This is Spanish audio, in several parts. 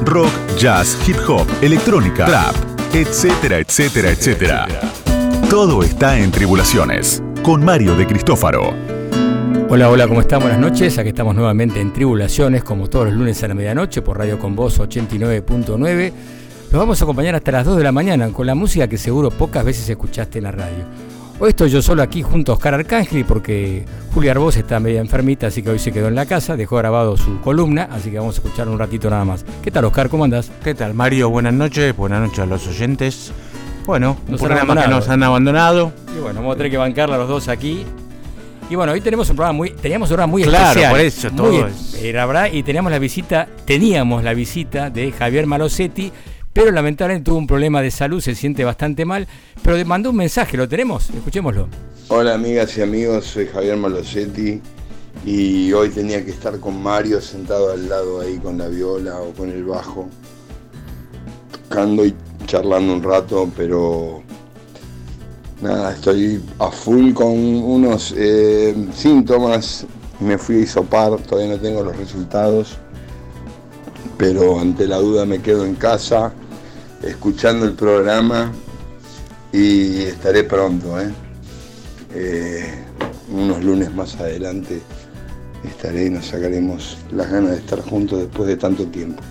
rock, jazz, hip hop, electrónica, trap, etcétera, etcétera, etcétera. Todo está en Tribulaciones, con Mario de Cristófaro. Hola, ¿cómo están? Buenas noches. Aquí estamos nuevamente en Tribulaciones, como todos los lunes a la medianoche, por Radio Con Voz 89.9. Los vamos a acompañar hasta las 2 de la mañana con la música que seguro pocas veces escuchaste en la radio. Hoy estoy yo solo aquí junto a Oscar Arcángel porque Julia Arbós está media enfermita, así que hoy se quedó en la casa, dejó grabado su columna, así que vamos a escuchar un ratito nada más. ¿Qué tal, Oscar? ¿Cómo andás? ¿Qué tal, Mario? Buenas noches a los oyentes. Bueno, un programa que nos han abandonado. Y bueno, vamos a tener que bancarla los dos aquí. Y bueno, hoy teníamos un programa muy claro, especial. Por eso todo la verdad, y teníamos la visita de Javier Malosetti, pero lamentablemente tuvo un problema de salud, se siente bastante mal, pero mandó un mensaje, ¿lo tenemos? Escuchémoslo. Hola amigas y amigos, soy Javier Malosetti y hoy tenía que estar con Mario sentado al lado ahí con la viola o con el bajo, tocando y charlando un rato, pero nada, estoy a full con unos síntomas, me fui a hisopar, todavía no tengo los resultados, pero ante la duda me quedo en casa escuchando el programa y estaré pronto, unos lunes más adelante estaré y nos sacaremos las ganas de estar juntos después de tanto tiempo.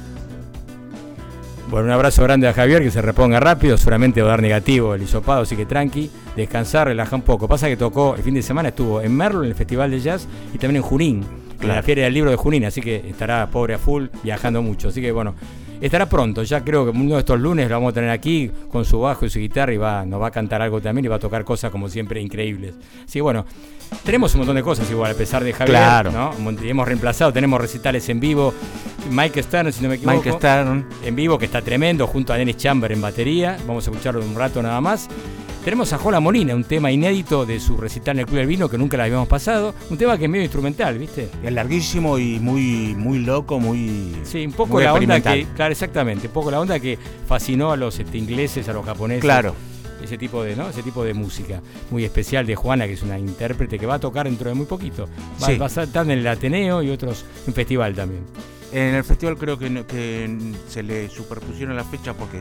Bueno, un abrazo grande a Javier, que se reponga rápido, seguramente va a dar negativo el hisopado, así que tranqui, descansar, relaja un poco. Pasa que tocó, el fin de semana estuvo en Merlo, en el Festival de Jazz, y también en Junín, en la Feria del Libro de Junín, así que estará pobre a full, viajando mucho. Así que bueno, estará pronto, ya creo que uno de estos lunes lo vamos a tener aquí con su bajo y su guitarra y nos va a cantar algo también y va a tocar cosas como siempre increíbles. Así que bueno, tenemos un montón de cosas igual, a pesar de Javier, claro, ¿no? Hemos reemplazado, tenemos recitales en vivo. Mike Stern, si no me equivoco, Mike Stern en vivo, que está tremendo, junto a Dennis Chamber en batería. Vamos a escucharlo un rato nada más. Tenemos a Jola Molina, un tema inédito de su recital en el Club del Vino, que nunca la habíamos pasado. Un tema que es medio instrumental, ¿viste? Es larguísimo y muy loco, muy... Sí, un poco la onda que... Claro, exactamente. Un poco la onda que fascinó a los ingleses, a los japoneses. Claro. Ese tipo de música muy especial de Juana, que es una intérprete que va a tocar dentro de muy poquito. Va a estar en el Ateneo y otros, un festival también. En el festival creo que se le superpusieron las fechas porque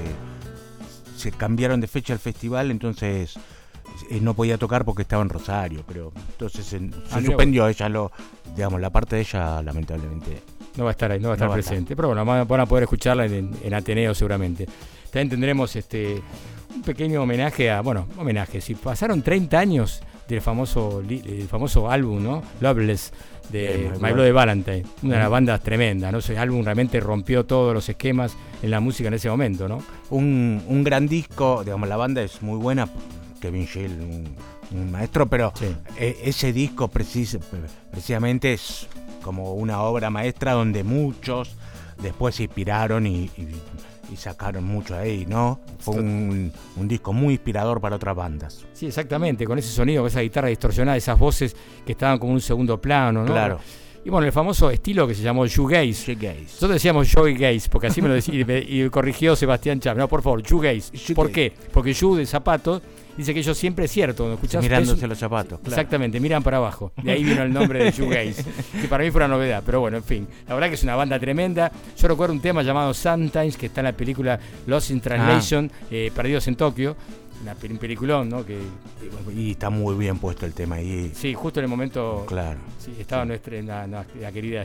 se cambiaron de fecha el festival, entonces no podía tocar porque estaba en Rosario, pero entonces se suspendió ella, la parte de ella lamentablemente. No va a estar ahí, no va a estar presente, pero bueno, van a poder escucharla en Ateneo seguramente. También tendremos un pequeño homenaje si pasaron 30 años del famoso álbum, ¿no? Loveless, de My Bloody Valentine, una de las bandas tremendas, ¿no? Ese álbum realmente rompió todos los esquemas en la música en ese momento, ¿no? Un gran disco, digamos, la banda es muy buena, Kevin Gill, un maestro, pero sí, ese disco precisamente es como una obra maestra donde muchos después se inspiraron y sacaron mucho ahí, ¿no? Fue un disco muy inspirador para otras bandas. Sí, exactamente, con ese sonido, con esa guitarra distorsionada, esas voces que estaban como en un segundo plano, ¿no? Claro. Y bueno, el famoso estilo que se llamó shoegaze. Nosotros decíamos shoegaze, porque así me lo decía y corrigió Sebastián Chávez. No, por favor, shoegaze. ¿Por qué? Porque shoe de zapatos dice que ellos siempre es cierto. Cuando escuchás mirándose los zapatos. Claro. Exactamente, miran para abajo. De ahí vino el nombre de shoegaze, que para mí fue una novedad. Pero bueno, en fin, la verdad que es una banda tremenda. Yo recuerdo un tema llamado Sometimes, que está en la película Lost in Translation, Perdidos en Tokio. Un peliculón, ¿no? Y está muy bien puesto el tema ahí. Sí, justo en el momento. Claro. Sí, estaba la querida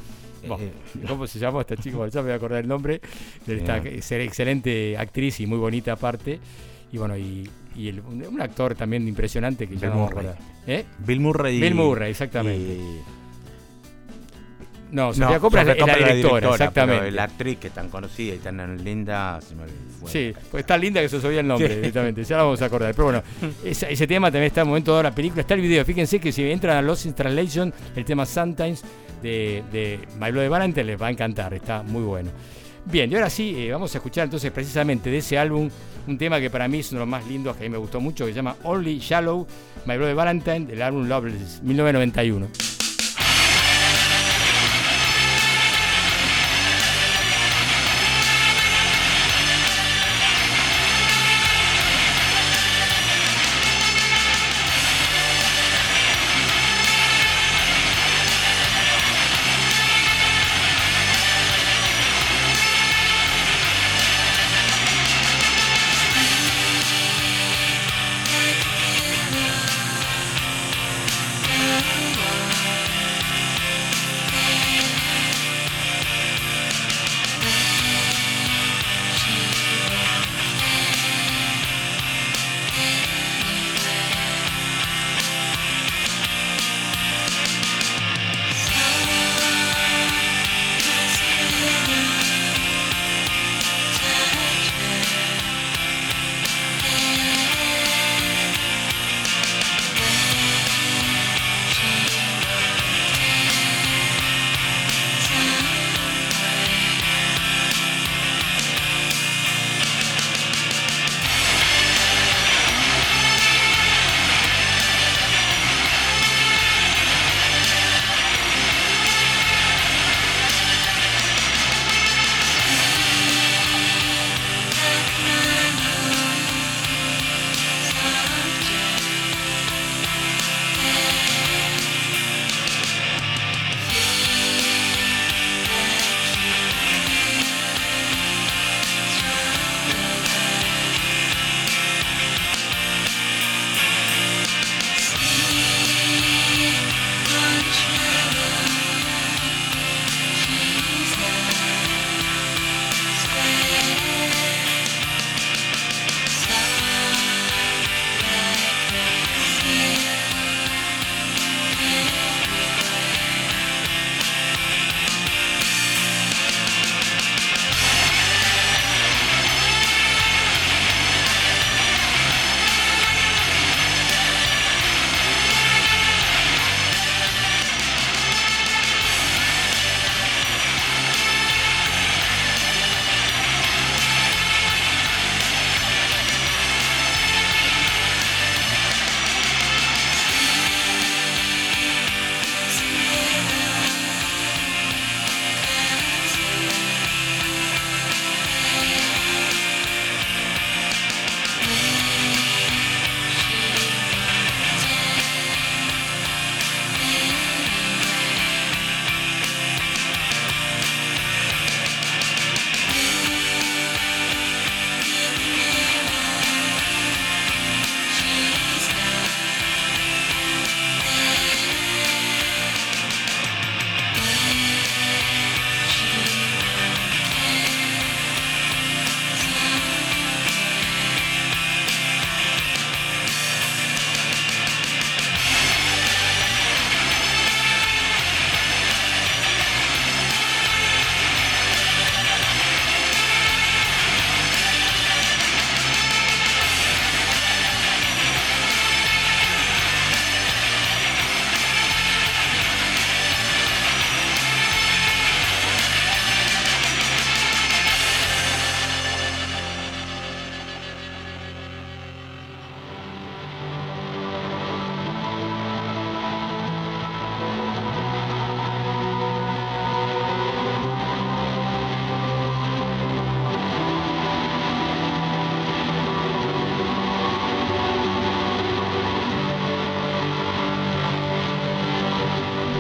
¿cómo se llama esta chica? Ya me voy a acordar el nombre. Esta excelente actriz y muy bonita aparte. Y bueno, un actor también impresionante que ya no me acuerdo. Bill Murray. Bill Murray, exactamente. Sofía Coppola es la directora, exactamente. Pero la actriz que es tan conocida y tan linda, sí, pues está linda que se olvida el nombre, directamente. Ya la vamos a acordar. Pero bueno, ese tema también está en el momento de la película. Está el video. Fíjense que si entran a Lost in Translation, el tema Sometimes de My Bloody Valentine les va a encantar. Está muy bueno. Bien, y ahora sí, vamos a escuchar entonces precisamente de ese álbum un tema que para mí es uno de los más lindos, que a mí me gustó mucho, que se llama Only Shallow, My Bloody Valentine, del álbum Loveless, 1991.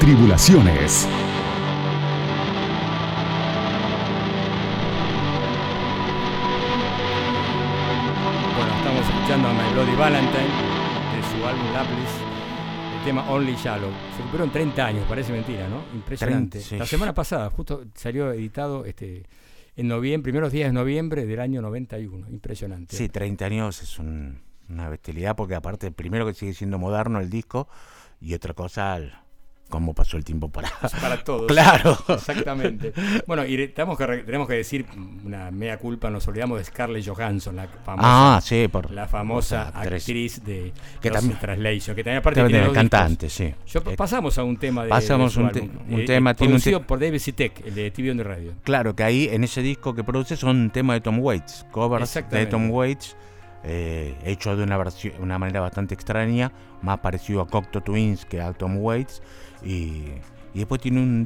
Tribulaciones. Bueno, estamos escuchando a My Bloody Valentine de su álbum Lapis, el tema Only Shallow. Se cumplieron 30 años, parece mentira, ¿no? Impresionante. 30, sí. La semana pasada, justo salió editado en noviembre, primeros días de noviembre del año 91. Impresionante. Sí, 30 años es una bestialidad, porque aparte, primero que sigue siendo moderno el disco, y otra cosa, cómo pasó el tiempo para todos. Claro. Exactamente. Bueno, y tenemos que decir una mea culpa, nos olvidamos de Scarlett Johansson, la famosa actriz de que Lost in Translation, que también aparte tiene cantante, discos. Sí. Pasamos a un tema de pasamos de su un álbum, tema producido por David Sitek, el de TV on the Radio. Claro, que ahí en ese disco que produce son temas de Tom Waits, covers de Tom Waits, hecho de una manera bastante extraña, más parecido a Cocteau Twins que a Tom Waits, y después tiene un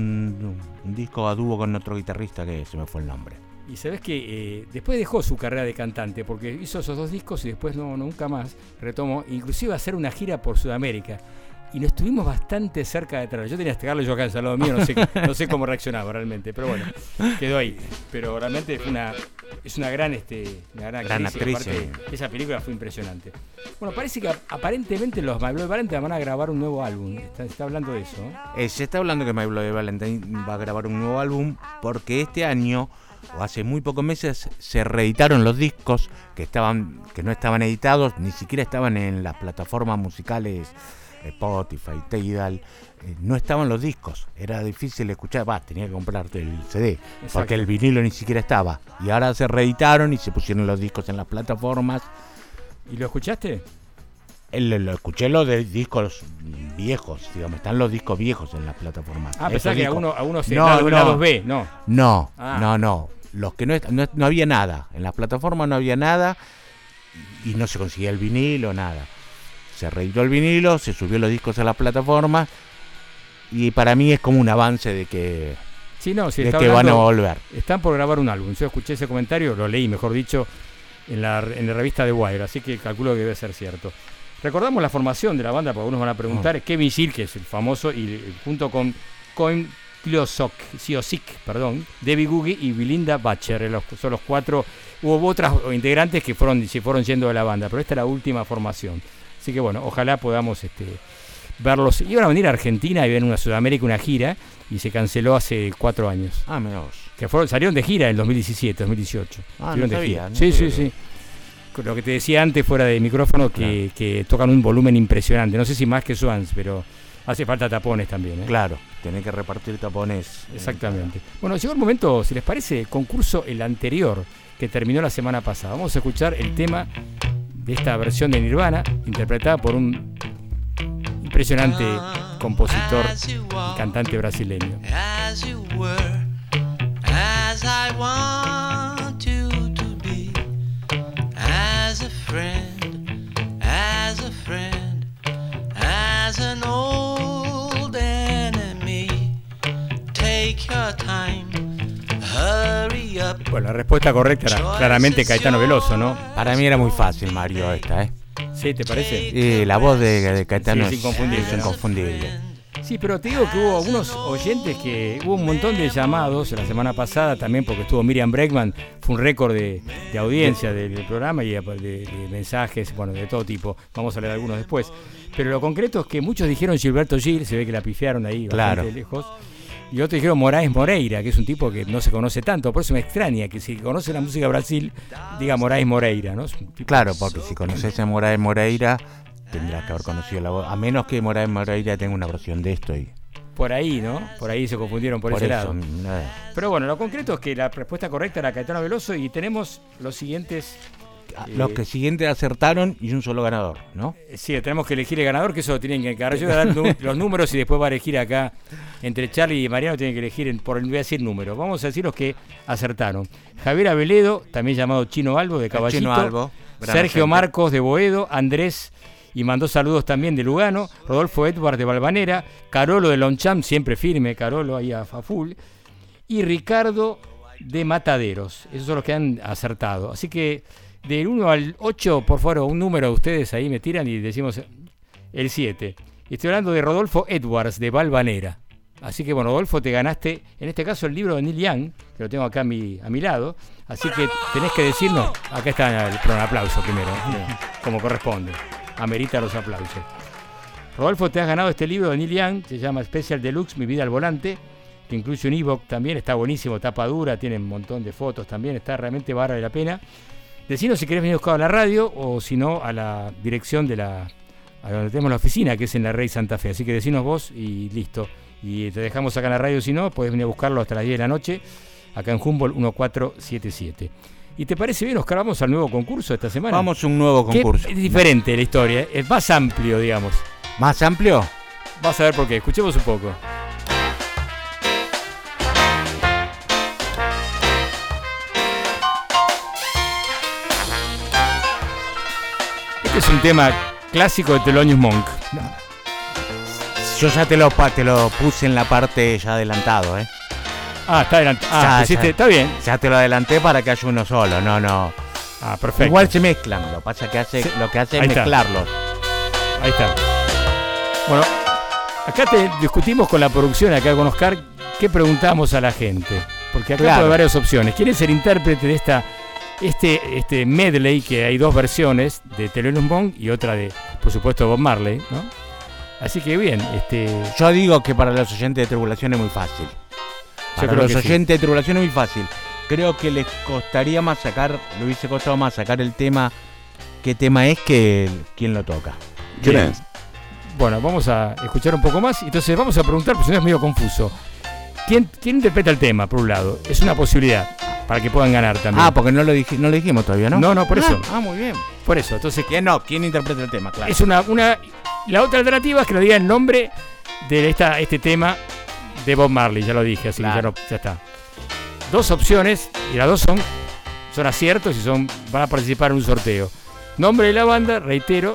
disco a dúo con otro guitarrista que se me fue el nombre. Y sabes que después dejó su carrera de cantante, porque hizo esos 2 discos y después nunca más retomó, inclusive a hacer una gira por Sudamérica. Y nos estuvimos bastante cerca de atrás. Yo tenía a Scarlett Johansson al lado mío, no sé cómo reaccionaba realmente, pero bueno, quedó ahí. Pero realmente es una gran actriz. Aparte, esa película fue impresionante. Bueno, parece que aparentemente los My Bloody Valentine van a grabar un nuevo álbum. Se está hablando de eso, ¿no? Se está hablando que My Bloody Valentine va a grabar un nuevo álbum, porque este año, o hace muy pocos meses, se reeditaron los discos que no estaban editados, ni siquiera estaban en las plataformas musicales Spotify, Tidal, no estaban los discos, era difícil escuchar, tenía que comprarte el CD. Exacto. Porque el vinilo ni siquiera estaba, y ahora se reeditaron y se pusieron los discos en las plataformas. ¿Y lo escuchaste? Lo escuché, los de discos viejos, digamos, están los discos viejos en las plataformas. Pensaba que algunos lados B, no. No, los que no había nada, en las plataformas no había nada, y no se conseguía el vinilo, nada. Se reeditó el vinilo, se subió los discos a la plataforma, y para mí es como un avance de que van a volver. Están por grabar un álbum. Yo escuché ese comentario, lo leí, mejor dicho, en la revista The Wire, así que calculo que debe ser cierto. Recordamos la formación de la banda, porque algunos van a preguntar. Kevin Gill, que es el famoso, y junto con Koen Siosik, Debbie Googie y Belinda Butcher, son los 4. Hubo otras integrantes que se fueron yendo de la banda, pero esta es la última formación. Así que bueno, ojalá podamos verlos. Iban a venir a Argentina y ven a Sudamérica una gira, y se canceló hace 4 años. Mira vos. Que salieron de gira en 2017, 2018. No sabía. Sí. Lo que te decía antes fuera de micrófono, que tocan un volumen impresionante. No sé si más que Swans, pero hace falta tapones también. Claro, tenés que repartir tapones. Exactamente. Bueno, llegó el momento, si les parece, concurso el anterior, que terminó la semana pasada. Vamos a escuchar el tema de esta versión de Nirvana, interpretada por un impresionante compositor y cantante brasileño. Bueno, la respuesta correcta era claramente Caetano Veloso, ¿no? Para mí era muy fácil, Mario, esta, ¿Sí, te parece? La voz de Caetano es inconfundible. Sí, pero te digo que hubo algunos oyentes hubo un montón de llamados la semana pasada también, porque estuvo Miriam Bregman, fue un récord de audiencia del programa, y de mensajes, de todo tipo. Vamos a leer algunos después. Pero lo concreto es que muchos dijeron Gilberto Gil, se ve que la pifiaron ahí bastante lejos. Y otros dijeron Moraes Moreira, que es un tipo que no se conoce tanto. Por eso me extraña que si conoce la música de Brasil, diga Moraes Moreira, ¿no? Claro, porque si conoces a Moraes Moreira, tendrás que haber conocido la voz. A menos que Moraes Moreira tenga una versión de esto. Por ahí, ¿no? Por ahí se confundieron por ese lado. Pero bueno, lo concreto es que la respuesta correcta era Caetano Veloso, y tenemos los siguientes... Los que siguientes acertaron y un solo ganador, ¿no? Sí, tenemos que elegir el ganador, que eso lo tienen que encargar. Yo voy a dar los números y después va a elegir acá, entre Charlie y Mariano, tienen que elegir, voy a decir números. Vamos a decir los que acertaron. Javier Aveledo, también llamado Chino Albo, de Caballito. Chino Albo. Sergio Marcos, de Boedo. Andrés, y mandó saludos también, de Lugano. Rodolfo Edward, de Valvanera. Carolo, de Longchamp, siempre firme, Carolo ahí a full. Y Ricardo, de Mataderos. Esos son los que han acertado. Así que del 1 al 8, por favor, un número ustedes ahí me tiran y decimos el 7. Y estoy hablando de Rodolfo Edwards, de Valvanera. Así que bueno, Rodolfo, te ganaste, en este caso, el libro de Neil Young, que lo tengo acá a mi lado. Así que tenés que decirnos, acá está el aplauso primero, como corresponde. Amerita los aplausos. Rodolfo, te has ganado este libro de Neil Young, se llama Special Deluxe, Mi vida al volante, que incluye un ebook también, está buenísimo, tapa dura, tiene un montón de fotos también, está realmente vale la pena. Decinos si querés venir a buscar a la radio o si no a la dirección a donde tenemos la oficina, que es en la Rey Santa Fe. Así que decinos vos y listo. Y te dejamos acá en la radio, si no, podés venir a buscarlo hasta las 10 de la noche, acá en Humboldt 1477. ¿Y te parece bien, Oscar? Vamos al nuevo concurso de esta semana. Vamos a un nuevo concurso. Es diferente la historia, es más amplio, digamos. ¿Más amplio? Vas a ver por qué, escuchemos un poco. Este es un tema clásico de Thelonious Monk. Yo ya te lo puse en la parte ya adelantado, ¿eh? Ah, está adelantado. Está bien. Ya te lo adelanté para que haya uno solo, no. Ah, perfecto. Igual se mezclan, lo que hace es mezclarlos. Ahí está. Bueno, acá discutimos con la producción, acá con Oscar, qué preguntamos a la gente. Porque acá hay varias opciones. ¿Quién es el intérprete de este medley, que hay dos versiones, de Thelonious Monk y otra de, por supuesto, Bob Marley, ¿no? Así que bien, yo digo que para los oyentes de Tribulación es muy fácil. Para los oyentes de Tribulación es muy fácil. Creo que les costaría más le hubiese costado más sacar el tema, qué tema es, que quién lo toca. ¿Quién es? Bueno, vamos a escuchar un poco más. Entonces vamos a preguntar, porque si no es medio confuso. ¿Quién interpreta el tema, por un lado? Es una posibilidad para que puedan ganar también. Ah, porque no lo dijimos todavía, ¿no? No, por eso. Ah, muy bien. Por eso, entonces... ¿Quién interpreta el tema? Claro. Es la otra alternativa es que nos diga el nombre de este tema de Bob Marley, ya lo dije, así que ya está. Dos opciones, y las dos son aciertos y van a participar en un sorteo. Nombre de la banda, reitero,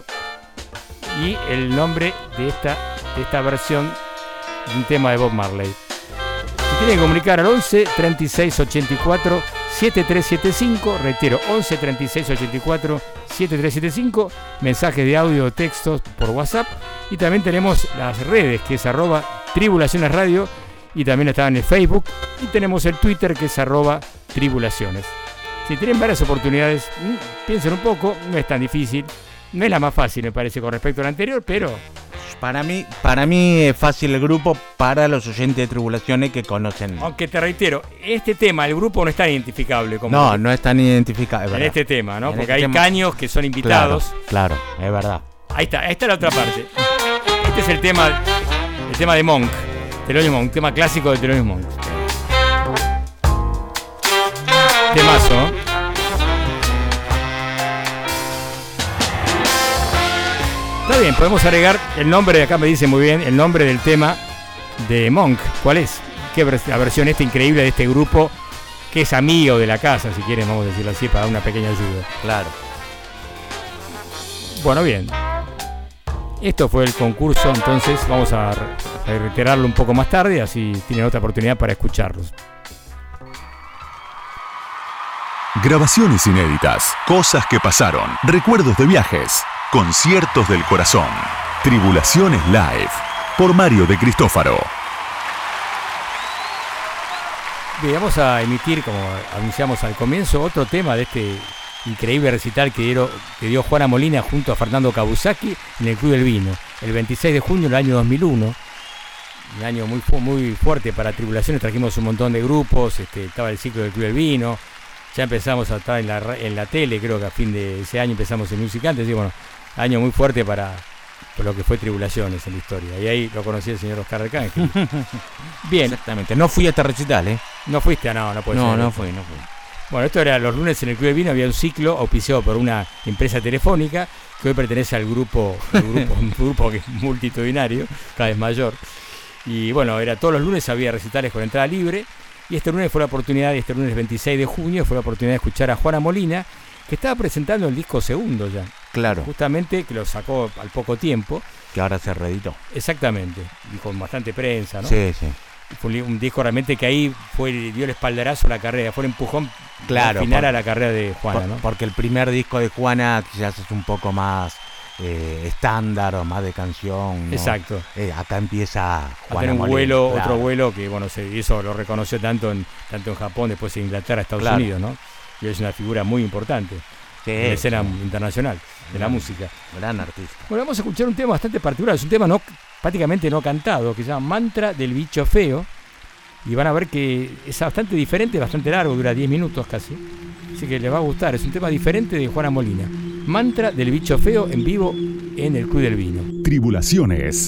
y el nombre de esta versión de un tema de Bob Marley. Se tienen que comunicar al 11 36 84 7375, reitero, 11 36 84 7375, mensajes de audio o textos por WhatsApp, y también tenemos las redes, que es @Tribulaciones Radio, y también está en el Facebook, y tenemos el Twitter, que es @Tribulaciones. Si tienen varias oportunidades, piensen un poco, no es tan difícil, no es la más fácil, me parece, con respecto a la anterior, pero... Para mí es fácil el grupo para los oyentes de Tribulaciones que conocen. Aunque te reitero, este tema, el grupo no es tan identificable como... No es tan identificable. En este tema, ¿no? Porque hay caños que son invitados. Claro, es verdad. Ahí está la otra parte. Este es el tema de Monk, Thelonious Monk, tema clásico de Thelonious Monk. Temazo, ¿no? Está bien, podemos agregar el nombre, acá me dice muy bien, el nombre del tema de Monk. ¿Cuál es? La versión increíble de este grupo, que es amigo de la casa, si quieren, vamos a decirlo así, para dar una pequeña ayuda. Claro. Bueno, bien. Esto fue el concurso, entonces vamos a reiterarlo un poco más tarde, así tienen otra oportunidad para escucharlos. Grabaciones inéditas, cosas que pasaron, recuerdos de viajes, conciertos del corazón. Tribulaciones Live, por Mario de Cristófaro. Bien, vamos a emitir, como anunciamos al comienzo, otro tema de este increíble recital que dio Juana Molina junto a Fernando Kabusaki en el Club del Vino, el 26 de junio del año 2001. Un año muy fuerte para Tribulaciones, trajimos un montón de grupos, estaba el ciclo del Club del Vino, ya empezamos a estar en la tele, creo que a fin de ese año empezamos en Musicantes, y bueno, año muy fuerte por lo que fue Tribulaciones en la historia, y ahí lo conocí el señor Oscar Arcángel. Bien. Exactamente, no fui a este recital, No fuiste, no puede ser. No fui. Bueno, esto era los lunes en el Club del Vino, había un ciclo auspiciado por una empresa telefónica que hoy pertenece al grupo un grupo que es multitudinario, cada vez mayor. Y bueno, todos los lunes había recitales con entrada libre, y este lunes 26 de junio, fue la oportunidad de escuchar a Juana Molina, que estaba presentando el disco segundo ya. Claro. Justamente, que lo sacó al poco tiempo. Que ahora se reeditó. Exactamente, y con bastante prensa, ¿no? Sí. Fue un disco realmente que ahí dio el espaldarazo a la carrera, fue el empujón claro, final a la carrera de Juana, ¿no? Porque el primer disco de Juana quizás es un poco más estándar o más de canción, ¿no? Exacto. Acá empieza a tener un vuelo, claro. Otro vuelo que bueno, eso lo reconoció tanto en Japón, después en Inglaterra, Estados Unidos, ¿no? Y es una figura muy importante en la escena internacional de la música. Gran artista. Bueno, vamos a escuchar un tema bastante particular, es un tema prácticamente no cantado, que se llama Mantra del Bicho Feo. Y van a ver que es bastante diferente, bastante largo, dura 10 minutos casi. Así que les va a gustar, es un tema diferente de Juana Molina. Mantra del Bicho Feo en vivo en el Club del Vino. Tribulaciones.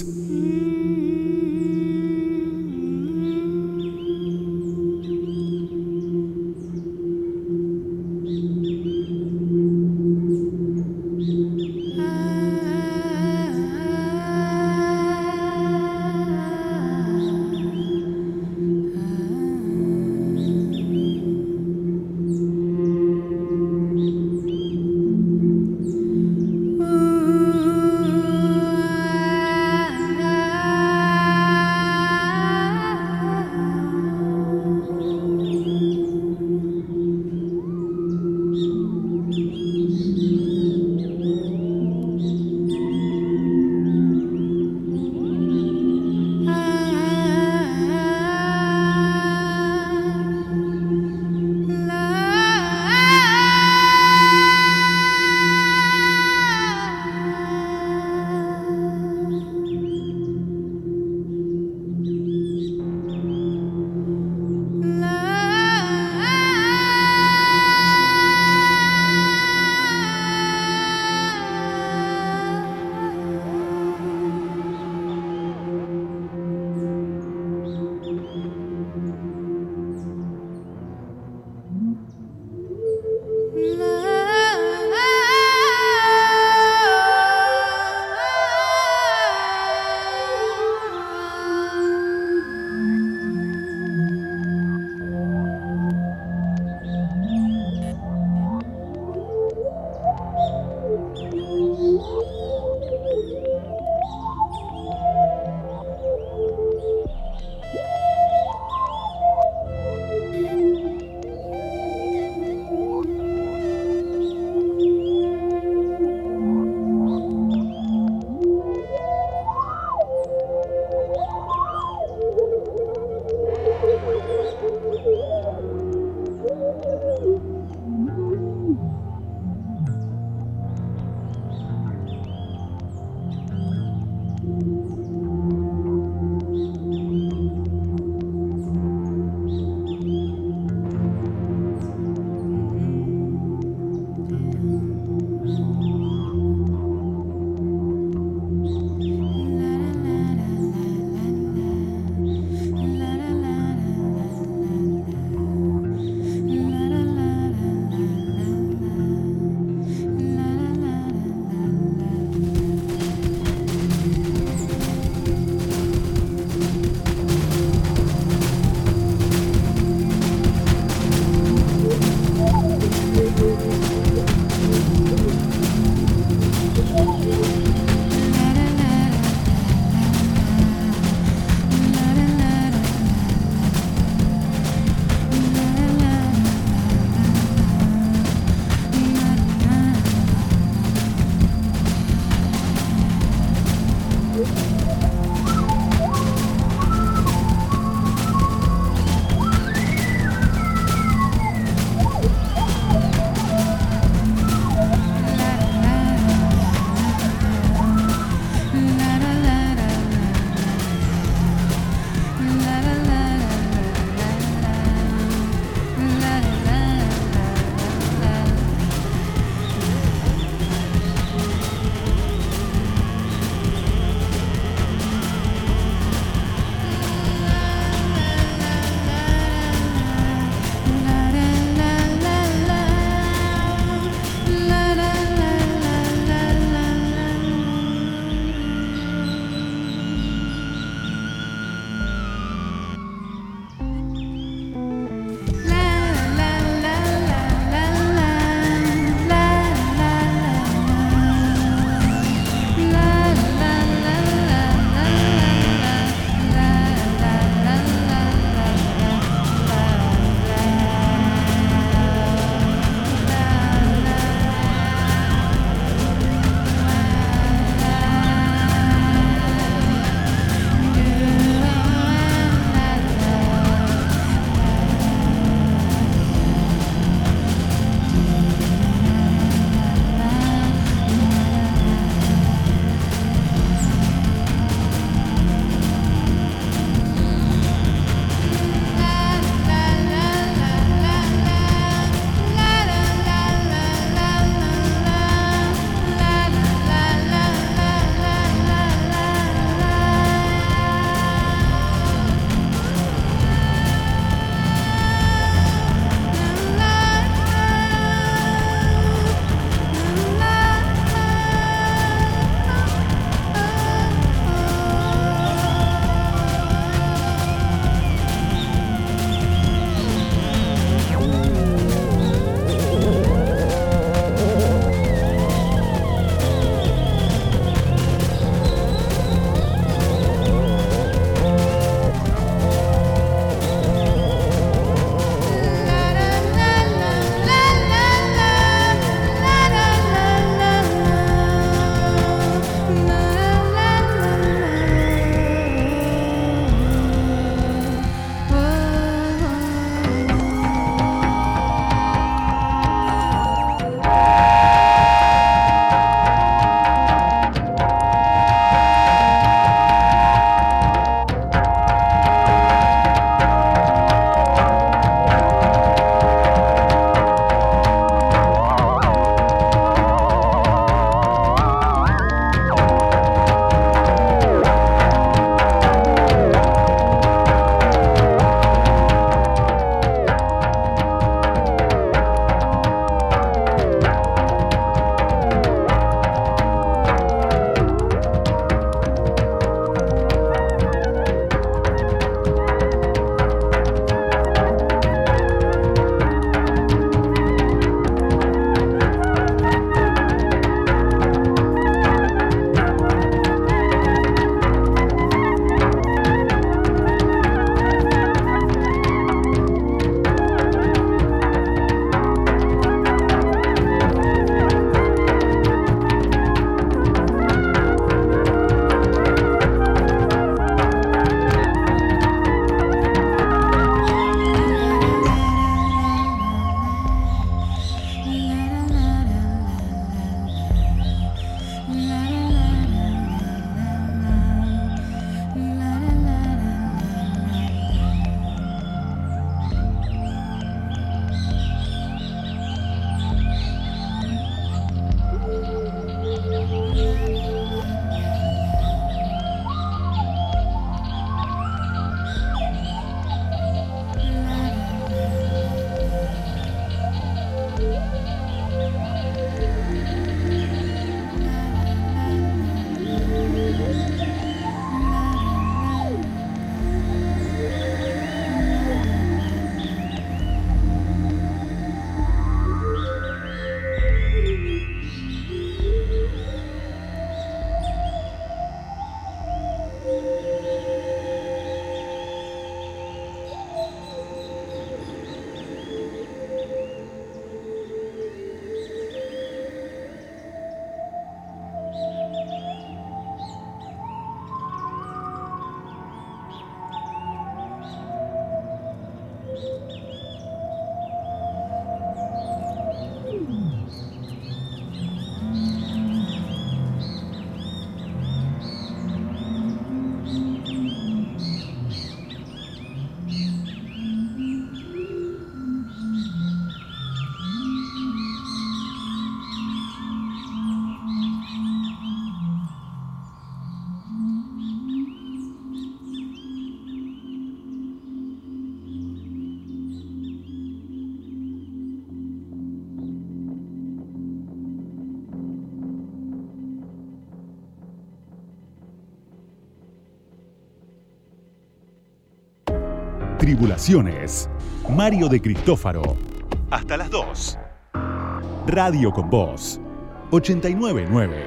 Tribulaciones. Mario de Cristófaro. Hasta las 2. Radio con Voz. 89.9.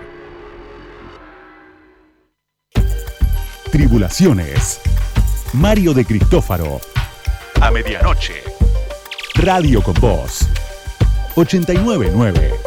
Tribulaciones. Mario de Cristófaro. A medianoche. Radio con Voz. 89.9.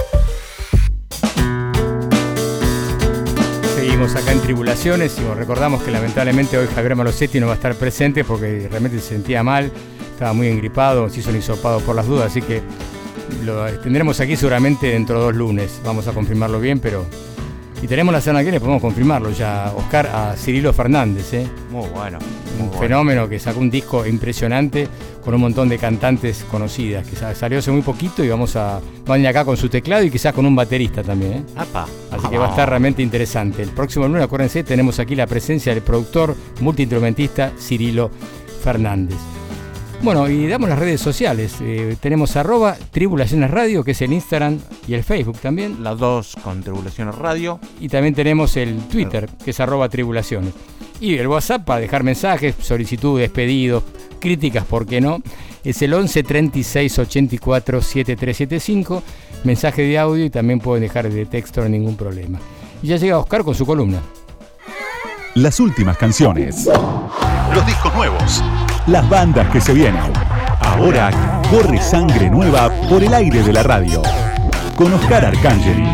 Seguimos acá en Tribulaciones y recordamos que lamentablemente hoy Javier Malosetti no va a estar presente porque realmente se sentía mal, estaba muy engripado, se hizo un hisopado por las dudas, así que lo tendremos aquí seguramente dentro de 2 lunes, vamos a confirmarlo bien, pero... Y tenemos la semana que viene, podemos confirmarlo ya, Oscar, a Cirilo Fernández, Muy bueno. Un fenómeno que sacó un disco impresionante con un montón de cantantes conocidas, que salió hace muy poquito y van a venir acá con su teclado y quizás con un baterista también. Así que va a estar realmente interesante. El próximo lunes, acuérdense, tenemos aquí la presencia del productor multiinstrumentista Cirilo Fernández. Bueno, y damos las redes sociales. Tenemos @Tribulaciones Radio, que es el Instagram y el Facebook también. Las dos con Tribulaciones Radio. Y también tenemos el Twitter, que es @Tribulaciones. Y el WhatsApp para dejar mensajes, solicitudes, pedidos, críticas, ¿por qué no? Es el 11 36 84 7375. Mensaje de audio y también pueden dejar de texto, no hay ningún problema. Y ya llega Oscar con su columna. Las últimas canciones. Los discos nuevos. Las bandas que se vienen. Ahora corre sangre nueva por el aire de la radio. Con Oscar Arcangeli.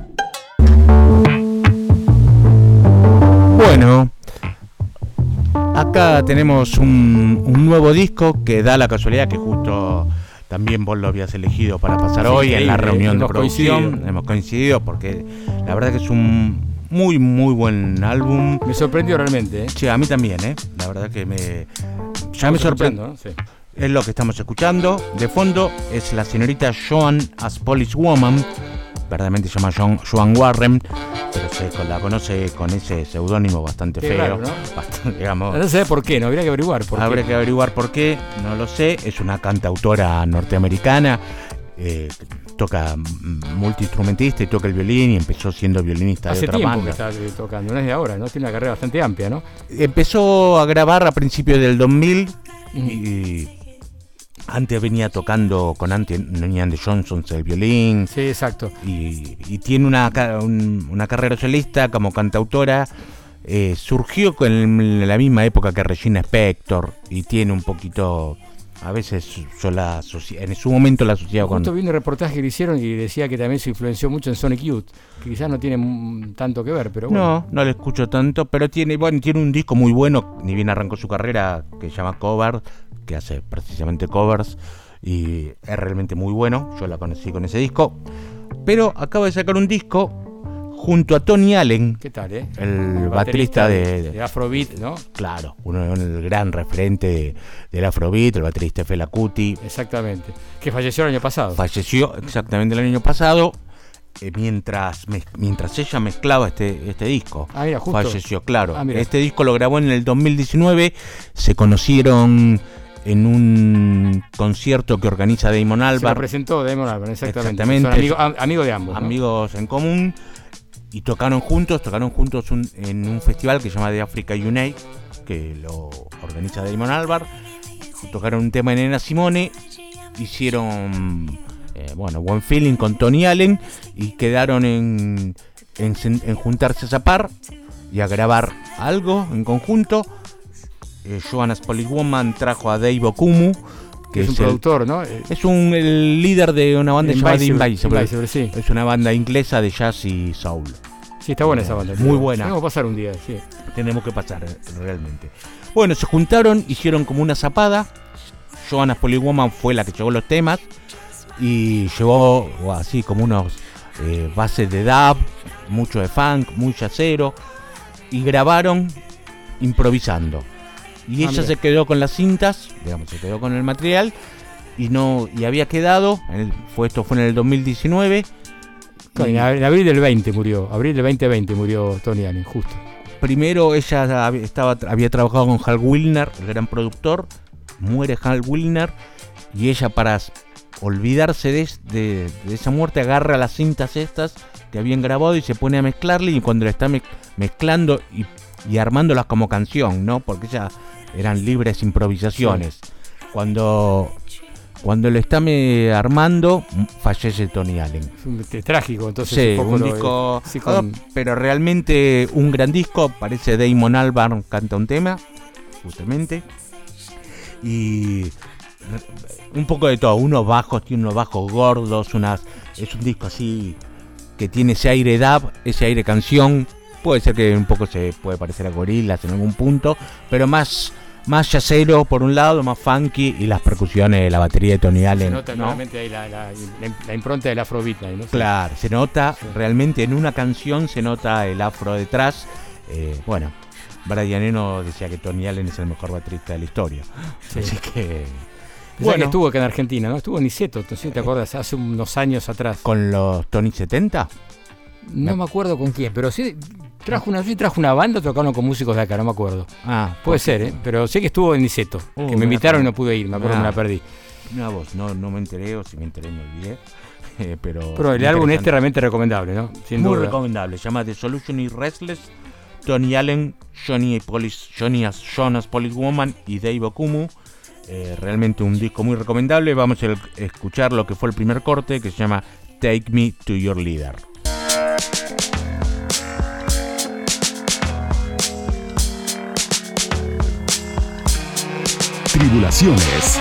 Bueno, acá tenemos un nuevo disco que da la casualidad que justo también vos lo habías elegido para pasar hoy en la reunión de producción. Hemos coincidido porque la verdad que es un muy muy buen álbum. Me sorprendió realmente. Sí, a mí también, la verdad que me sorprendió, ¿no? Sí. Es lo que estamos escuchando. De fondo es la señorita Joan as Police Woman. Verdaderamente se llama Joan Warren, pero se la conoce con ese seudónimo bastante feo. Raro, ¿no? Bastante, digamos. No sé por qué, no habría que averiguar por qué. Habría que averiguar por qué, no lo sé. Es una cantautora norteamericana. Toca multiinstrumentista y toca el violín y empezó siendo violinista de otra banda. Hace tiempo que está tocando, no es de ahora, ¿no? Tiene una carrera bastante amplia, ¿no? Empezó a grabar a principios del 2000 y antes venía tocando con Anthony and the Johnsons el violín. Sí, exacto. Y tiene una carrera solista como cantautora. Surgió en la misma época que Regina Spector y tiene un poquito... A veces yo en su momento la asociaba con... Justo vi un reportaje que le hicieron y decía que también se influenció mucho en Sonic Youth, que quizás no tiene tanto que ver, pero bueno. No le escucho tanto, pero tiene un disco muy bueno, ni bien arrancó su carrera, que se llama Cover, que hace precisamente covers, y es realmente muy bueno, yo la conocí con ese disco. Pero acaba de sacar un disco junto a Tony Allen. ¿Qué tal, el baterista de Afrobeat, ¿no? Claro, el gran referente del Afrobeat, el baterista Fela Kuti. Exactamente, que falleció el año pasado. Falleció exactamente el año pasado, mientras ella mezclaba este disco. Mira, justo. Falleció, claro. Este disco lo grabó en el 2019, se conocieron en un concierto que organiza Damon Albarn. Se lo presentó Damon Albarn, exactamente. Son amigos de ambos, ¿no? Amigos en común. Y tocaron juntos en un festival que se llama The Africa Unite, que lo organiza Damon Albarn. Tocaron un tema de Nina Simone, hicieron buen feeling con Tony Allen y quedaron en juntarse a zapar y a grabar algo en conjunto. Joan as Police Woman trajo a Dave Okumu, que es un productor, ¿no? Es el líder de una banda llamada Invincible. Sí. Es una banda inglesa de jazz y soul. Sí, está buena esa banda. Muy buena. Tenemos que pasar un día, sí. Tenemos que pasar, realmente. Bueno, se juntaron, hicieron como una zapada. Joan as Police Woman fue la que llevó los temas y llevó así como unos bases de dub, mucho de funk, muy jazzero, y grabaron improvisando. Y ella se quedó con las cintas, se quedó con el material y había quedado, esto fue en el 2019. En abril del 20 murió, abril del 2020 murió Tony Allen, justo. Primero ella había trabajado con Hal Willner, el gran productor, muere Hal Willner y ella, para olvidarse de esa muerte, agarra las cintas estas que habían grabado y se pone a mezclarle, y cuando le está mezclando y armándolas como canción, ¿no? Porque ella eran libres improvisaciones. Cuando lo está armando, fallece Tony Allen. Es trágico, entonces. Sí, un disco, pero realmente un gran disco. Parece Damon Albarn canta un tema, justamente. Y un poco de todo, tiene unos bajos gordos, es un disco así que tiene ese aire dub, ese aire canción. Puede ser que un poco se puede parecer a Gorillaz en algún punto, pero más jazzero por un lado, más funky, y las percusiones de la batería de Tony Allen. Se nota claramente ahí la impronta del afrobeat ahí, ¿no? Claro, se nota realmente en una canción, se nota el afro detrás. Bueno, Brian Eno decía que Tony Allen es el mejor baterista de la historia. Sí. Así que... Bueno, que estuvo acá en Argentina, ¿no? Estuvo en Niceto, ¿sí? ¿Te acuerdas? Hace unos años atrás. ¿Con los Tony 70? No me acuerdo con quién, pero sí trajo una banda, tocaron con músicos de acá, no me acuerdo. Puede ser, pero sé que estuvo en Niceto, que me invitaron y no pude ir, me acuerdo que me la perdí. Mira vos, no me enteré, o si me enteré me olvidé. Pero el álbum realmente recomendable, ¿no? Sin duda. Muy recomendable, se llama The Solution is Restless. Tony Allen, Jonas Police Woman y Dave Okumu. Realmente un disco muy recomendable. Vamos a escuchar lo que fue el primer corte, que se llama Take Me to Your Leader. Tribulaciones.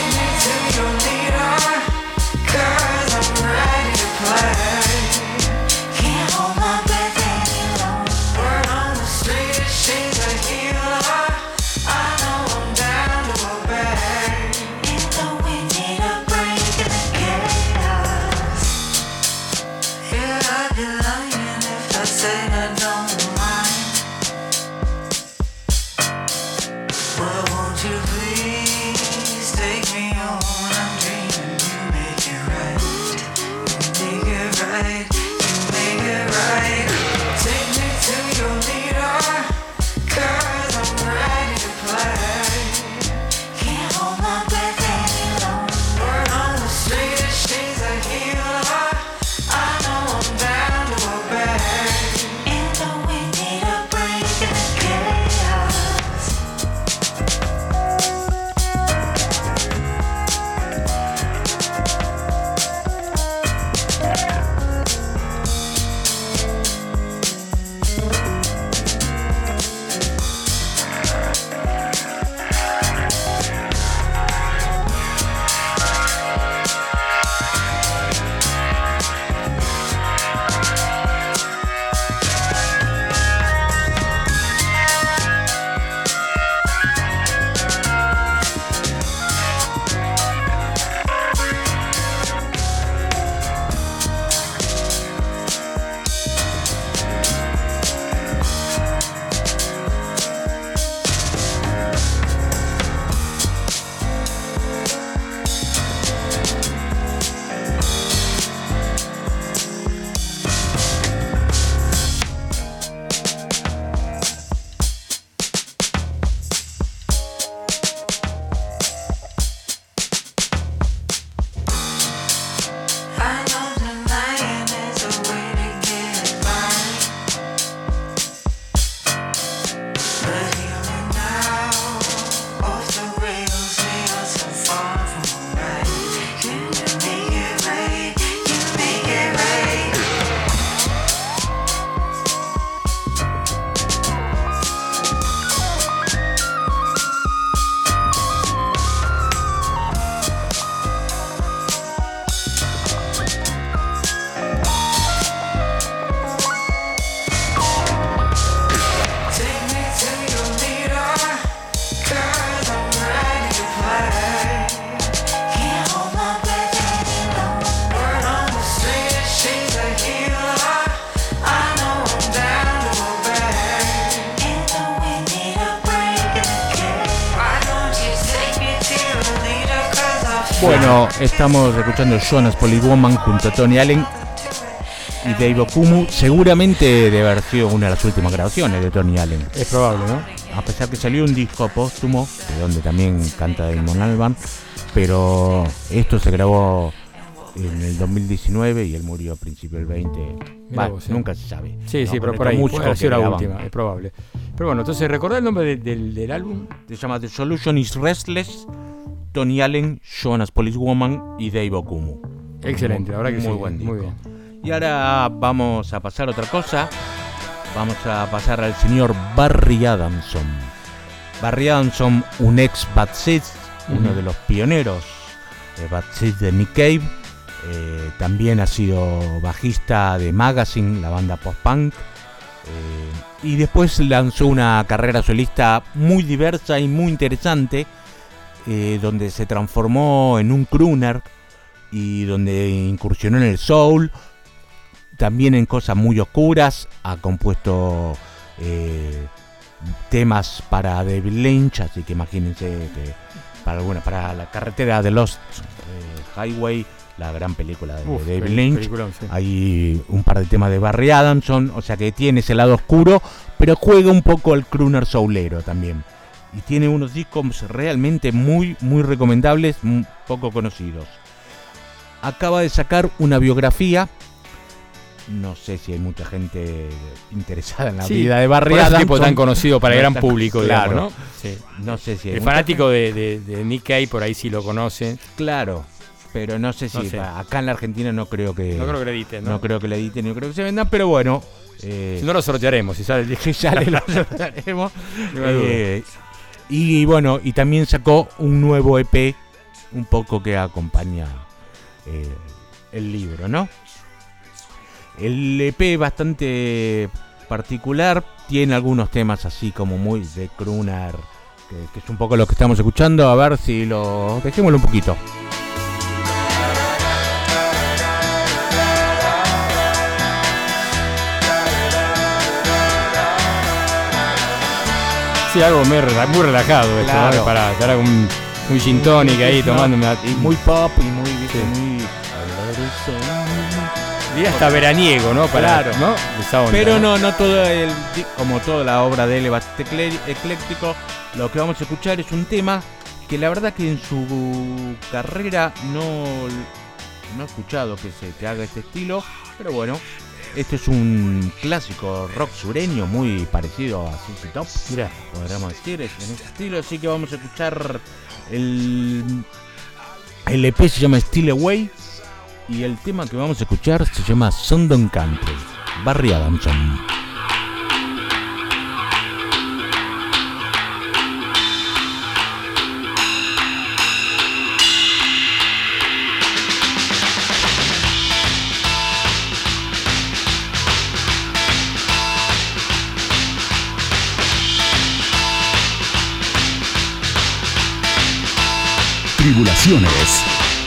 Bueno, estamos escuchando Jonas Police Woman junto a Tony Allen y Dave Okumu. Seguramente debe haber sido una de las últimas grabaciones de Tony Allen. Es probable, ¿no? A pesar que salió un disco póstumo, de donde también canta Damon Albarn, pero esto se grabó en el 2019 y él murió a principios del 20. Nunca se sabe. Sí, pero por ahí puede ser la última, es probable. Pero bueno, entonces, ¿recordá el nombre del álbum? Se llama The Solution is Restless, Tony Allen, Jonas Policewoman y Dave Okumu. Excelente, la verdad que sí. Muy buen disco. Muy bien. Y ahora vamos a pasar a otra cosa. Vamos a pasar al señor Barry Adamson. Barry Adamson, un ex Bad Seeds, uno de los pioneros de Bad Seeds de Nick Cave. También ha sido bajista de Magazine, la banda post-punk. Y después lanzó una carrera solista muy diversa y muy interesante, donde se transformó en un crooner y donde incursionó en el soul, también en cosas muy oscuras. Ha compuesto temas para David Lynch, así que imagínense que para la carretera de Lost Highway, la gran película de David Lynch, sí. Hay un par de temas de Barry Adamson, o sea que tiene ese lado oscuro, pero juega un poco al crooner soulero también. Y tiene unos discos realmente muy, muy recomendables, poco conocidos. Acaba de sacar una biografía. No sé si hay mucha gente interesada en la vida de Barry Adamson. Es un tipo tan conocido para el gran público, claro, digamos, ¿no? Sí. No sé si hay el fanático de Nick Cave por ahí sí lo conoce. Claro, pero no sé si acá en la Argentina no creo que le editen, ¿no? No creo que le editen, no creo que se vendan, pero bueno. Si no lo sortearemos, si sale el disco. Si sale lo sortearemos. Y bueno, y también sacó un nuevo EP, un poco que acompaña el libro, ¿no? El EP es bastante particular, tiene algunos temas así como muy de crooner, que es un poco lo que estamos escuchando. A ver si lo... dejémoslo un poquito. Sí, algo muy relajado esto, claro. ¿no? Para estar un gin tonic ahí tomando y muy pop y muy, sí. muy... Y hasta veraniego, ¿no? Claro, ¿no? Esa onda, pero no todo como toda la obra de él es bastante ecléctico. Lo que vamos a escuchar es un tema que la verdad que en su carrera no he escuchado que haga este estilo, pero bueno, este es un clásico rock sureño muy parecido a ZZ Top, podríamos decir, en este estilo. Así que vamos a escuchar el EP, se llama Steal Away. Y el tema que vamos a escuchar se llama Sundown Country, Barry Adamson. Tribulaciones.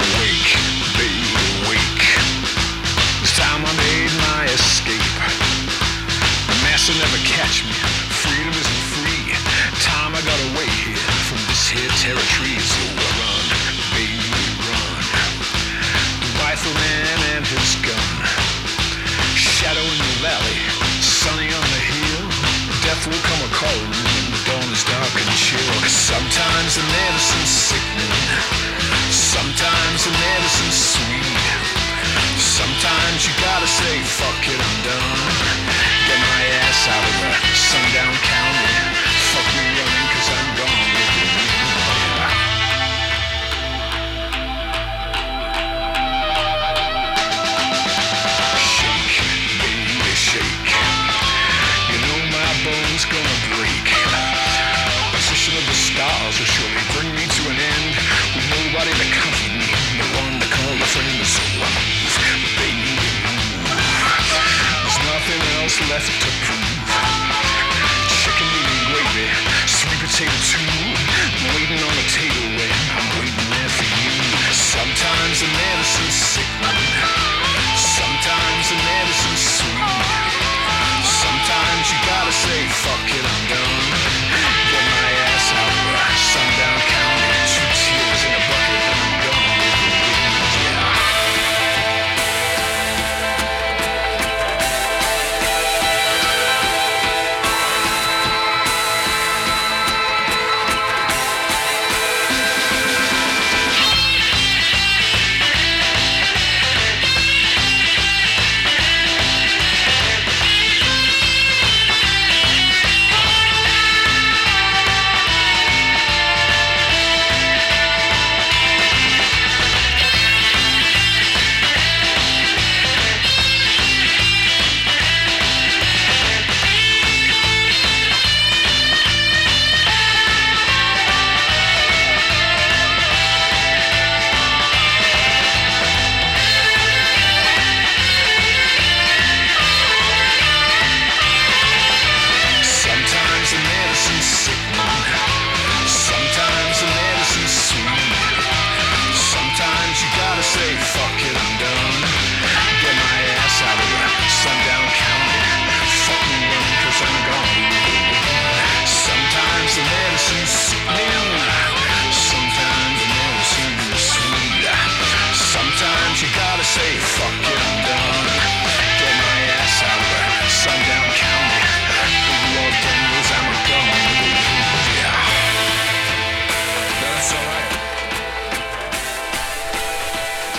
Never catch me. Freedom isn't free. Time I got away here from this here territory. So I run, baby, run. The rifleman and his gun. Shadow in the valley, sunny on the hill. Death will come a calling when the dawn is dark and chill. Sometimes the medicine's sickening. Sometimes the medicine's sweet. Sometimes you gotta say, fuck it, I'm done. Get my ass out of the sundown county. Fuck me running, cause I'm gone. Shake, baby, shake. You know my bones gonna break. Position of the stars will surely bring me to an end. With nobody to comfort me, no one to call a friend. So I move, baby, move. There's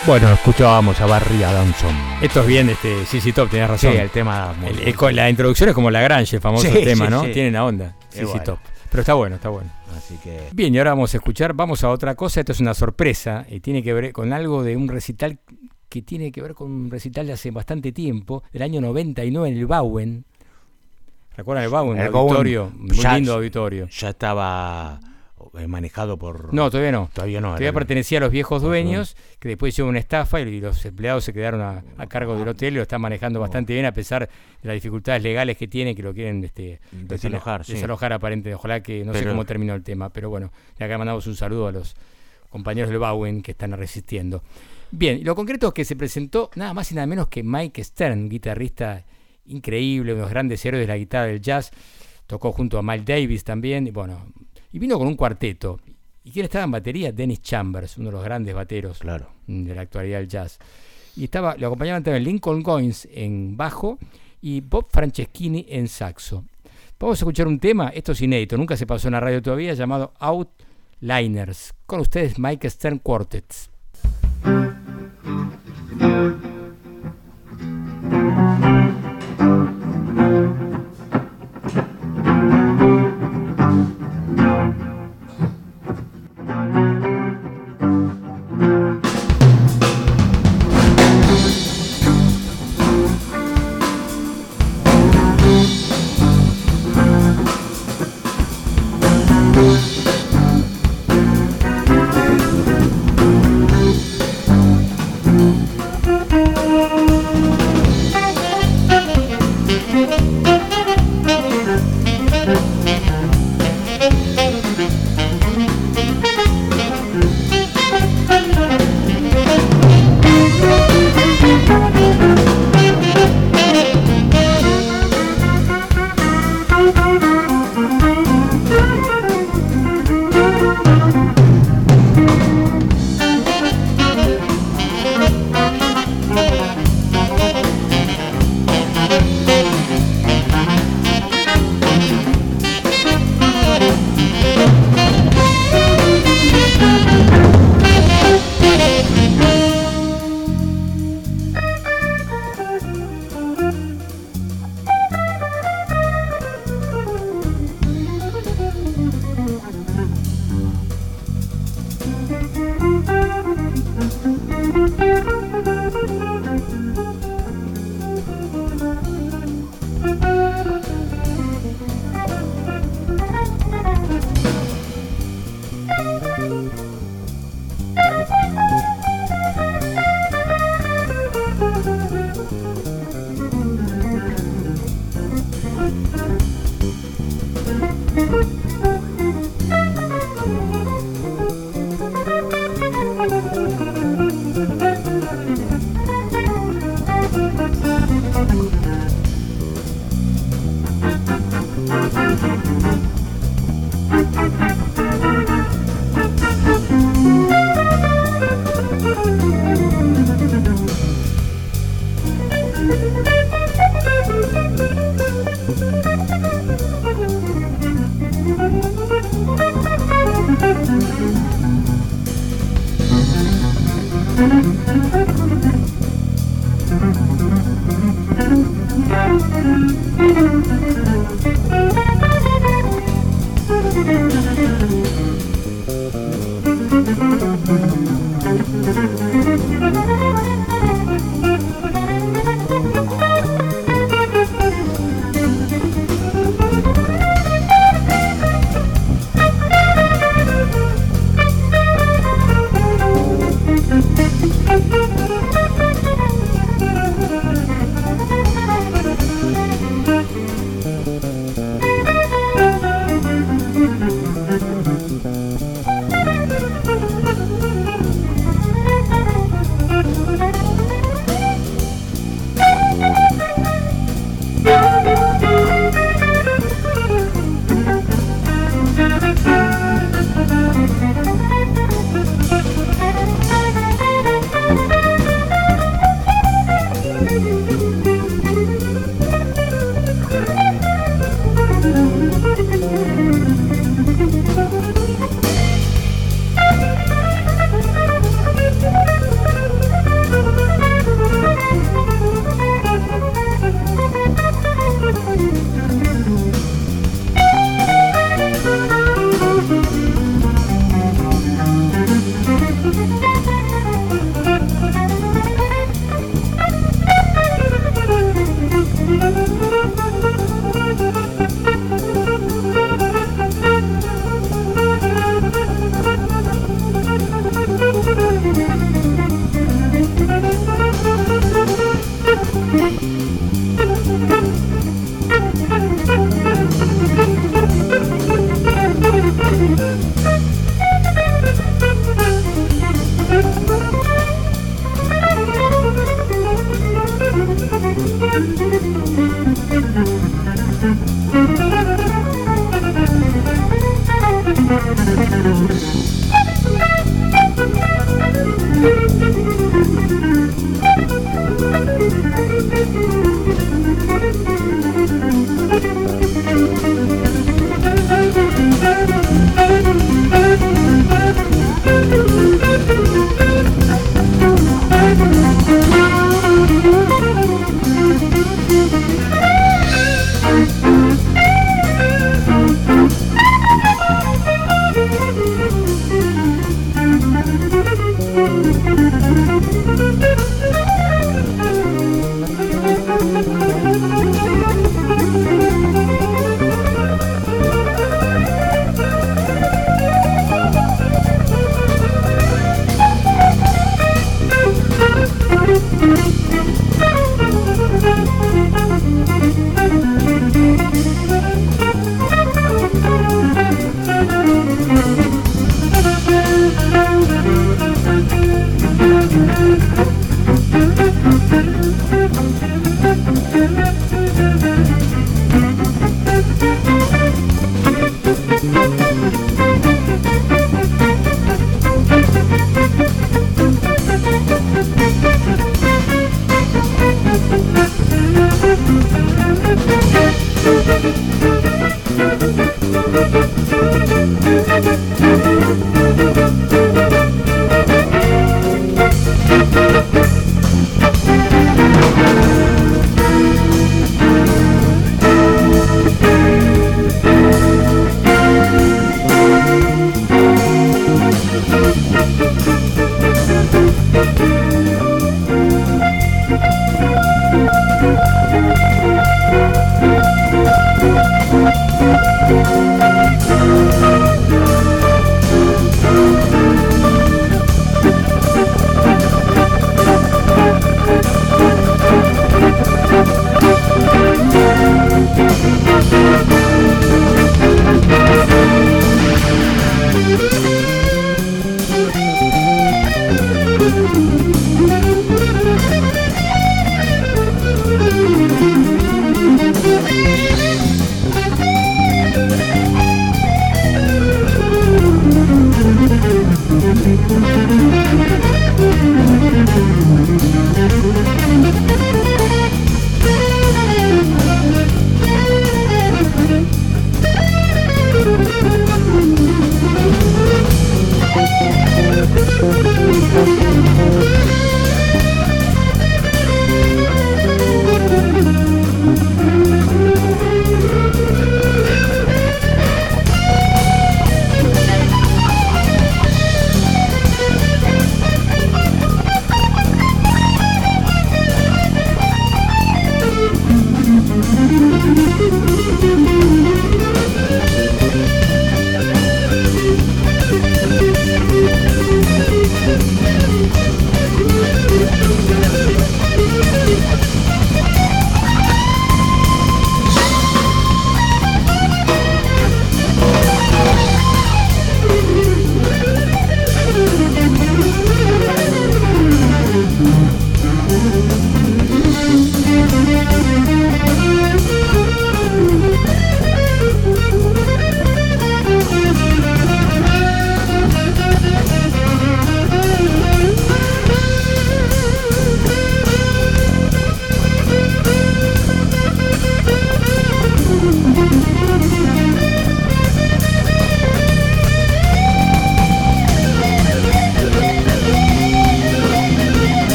Bueno, escuchábamos a Barry Adamson. Esto es bien, CC Top, tenías razón. Sí, el tema... La introducción es como Lagrange, el famoso tema, ¿no? Sí. Tiene la onda, CC bueno. Top. Pero está bueno, está bueno. Así que... Bien, y ahora vamos a otra cosa. Esto es una sorpresa y tiene que ver con algo de un recital que tiene que ver con un recital de hace bastante tiempo, del año 99 en el Bauen. ¿Recuerdan el Bauen? El auditorio, Bauen, muy lindo auditorio. Ya estaba manejado por... No, todavía no. Todavía pertenecía a los viejos dueños, que después hicieron una estafa y los empleados se quedaron a cargo del hotel y lo están manejando bastante bien a pesar de las dificultades legales que tiene, que lo quieren desalojar aparentemente. Ojalá que no sé cómo terminó el tema, pero bueno, y acá mandamos un saludo a los compañeros del Bauen que están resistiendo. Bien, lo concreto es que se presentó nada más y nada menos que Mike Stern, guitarrista increíble, uno de los grandes héroes de la guitarra del jazz. Tocó junto a Miles Davis también, y vino con un cuarteto. ¿Y quién estaba en batería? Dennis Chambers, uno de los grandes bateros de la actualidad del jazz. Y lo acompañaban también Lincoln Goins en bajo y Bob Franceschini en saxo. Vamos a escuchar un tema, esto es inédito, nunca se pasó en la radio todavía, llamado Outliners. Con ustedes Mike Stern Quartets.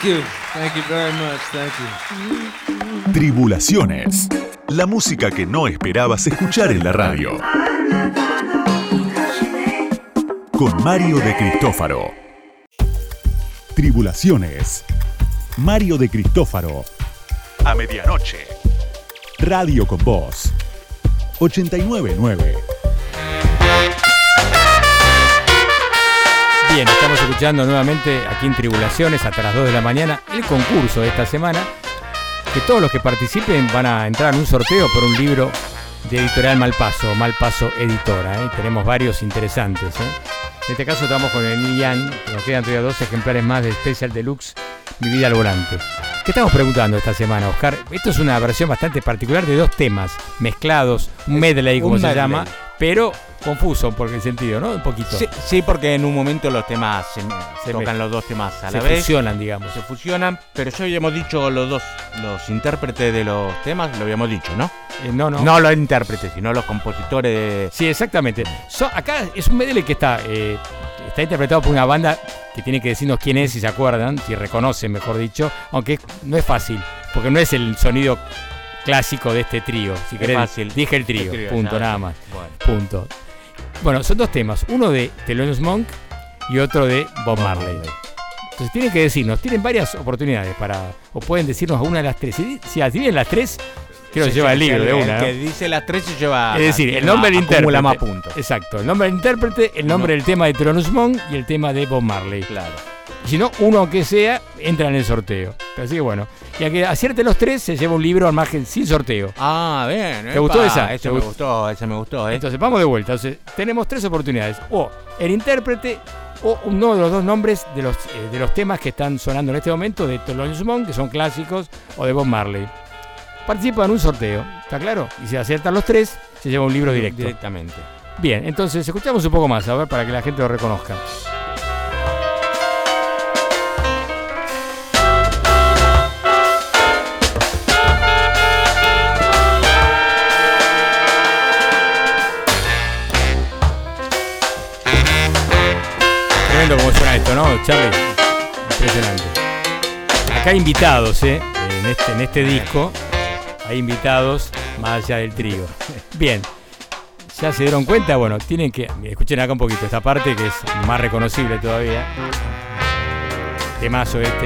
Thank you very much, thank you. Tribulaciones, la música que no esperabas escuchar en la radio. Con Mario de Cristófaro. Tribulaciones, Mario de Cristófaro. A medianoche. Radio con Voz. 89.9. Bien, estamos escuchando nuevamente aquí en Tribulaciones hasta las 2 de la mañana el concurso de esta semana, que todos los que participen van a entrar en un sorteo por un libro de Editorial Malpaso Editora. Tenemos varios interesantes. En este caso estamos con el Neil Young, que nos quedan todavía 2 ejemplares más de Special Deluxe Mi Vida al Volante. ¿Qué estamos preguntando esta semana, Oscar? Esto es una versión bastante particular de 2 temas mezclados, un medley como se llama, pero confuso por el sentido, ¿no? Un poquito. Sí, porque en un momento los temas se tocan los 2 temas a la vez. Se fusionan, digamos. Se fusionan, pero ya habíamos dicho los intérpretes de los temas, lo habíamos dicho, ¿no? No. No los intérpretes, sino los compositores. Sí, exactamente. Acá es un medley que está interpretado por una banda que tiene que decirnos quién es, si se acuerdan, si reconocen, mejor dicho, aunque no es fácil, porque no es el sonido clásico de este trío. Si querés, fácil. Dije el trío, punto, nada más. Punto. Bueno, son 2 temas, uno de Thelonious Monk y otro de Bob Marley. Entonces tienen que decirnos, tienen varias oportunidades o pueden decirnos a una de las 3. Si adivinen las 3, creo que lleva el libro de una. El que dice las 3 se lleva. Es decir, el nombre del intérprete. Más puntos. Exacto, el nombre del intérprete, el nombre del tema de Thelonious Monk y el tema de Bob Marley. Claro. Si no, uno aunque sea, entra en el sorteo. Así que bueno, y a que acierte los 3, se lleva un libro al margen sin sorteo. Ah, bien. ¿Te gustó esa? Ese me gustó. Entonces, vamos de vuelta. Entonces, tenemos 3 oportunidades. O el intérprete, o uno de los 2 nombres de los temas que están sonando en este momento, de Thelonious Monk, que son clásicos, o de Bob Marley. Participa en un sorteo, ¿está claro? Y si aciertan los 3, se lleva un libro directamente. Bien, entonces escuchamos un poco más, a ver, para que la gente lo reconozca. Tremendo como suena esto, ¿no, Charlie? Impresionante. Acá hay invitados, en este disco. Hay invitados más allá del trío. Bien, ya se dieron cuenta, bueno, tienen que... Escuchen acá un poquito esta parte que es más reconocible todavía. Temazo este.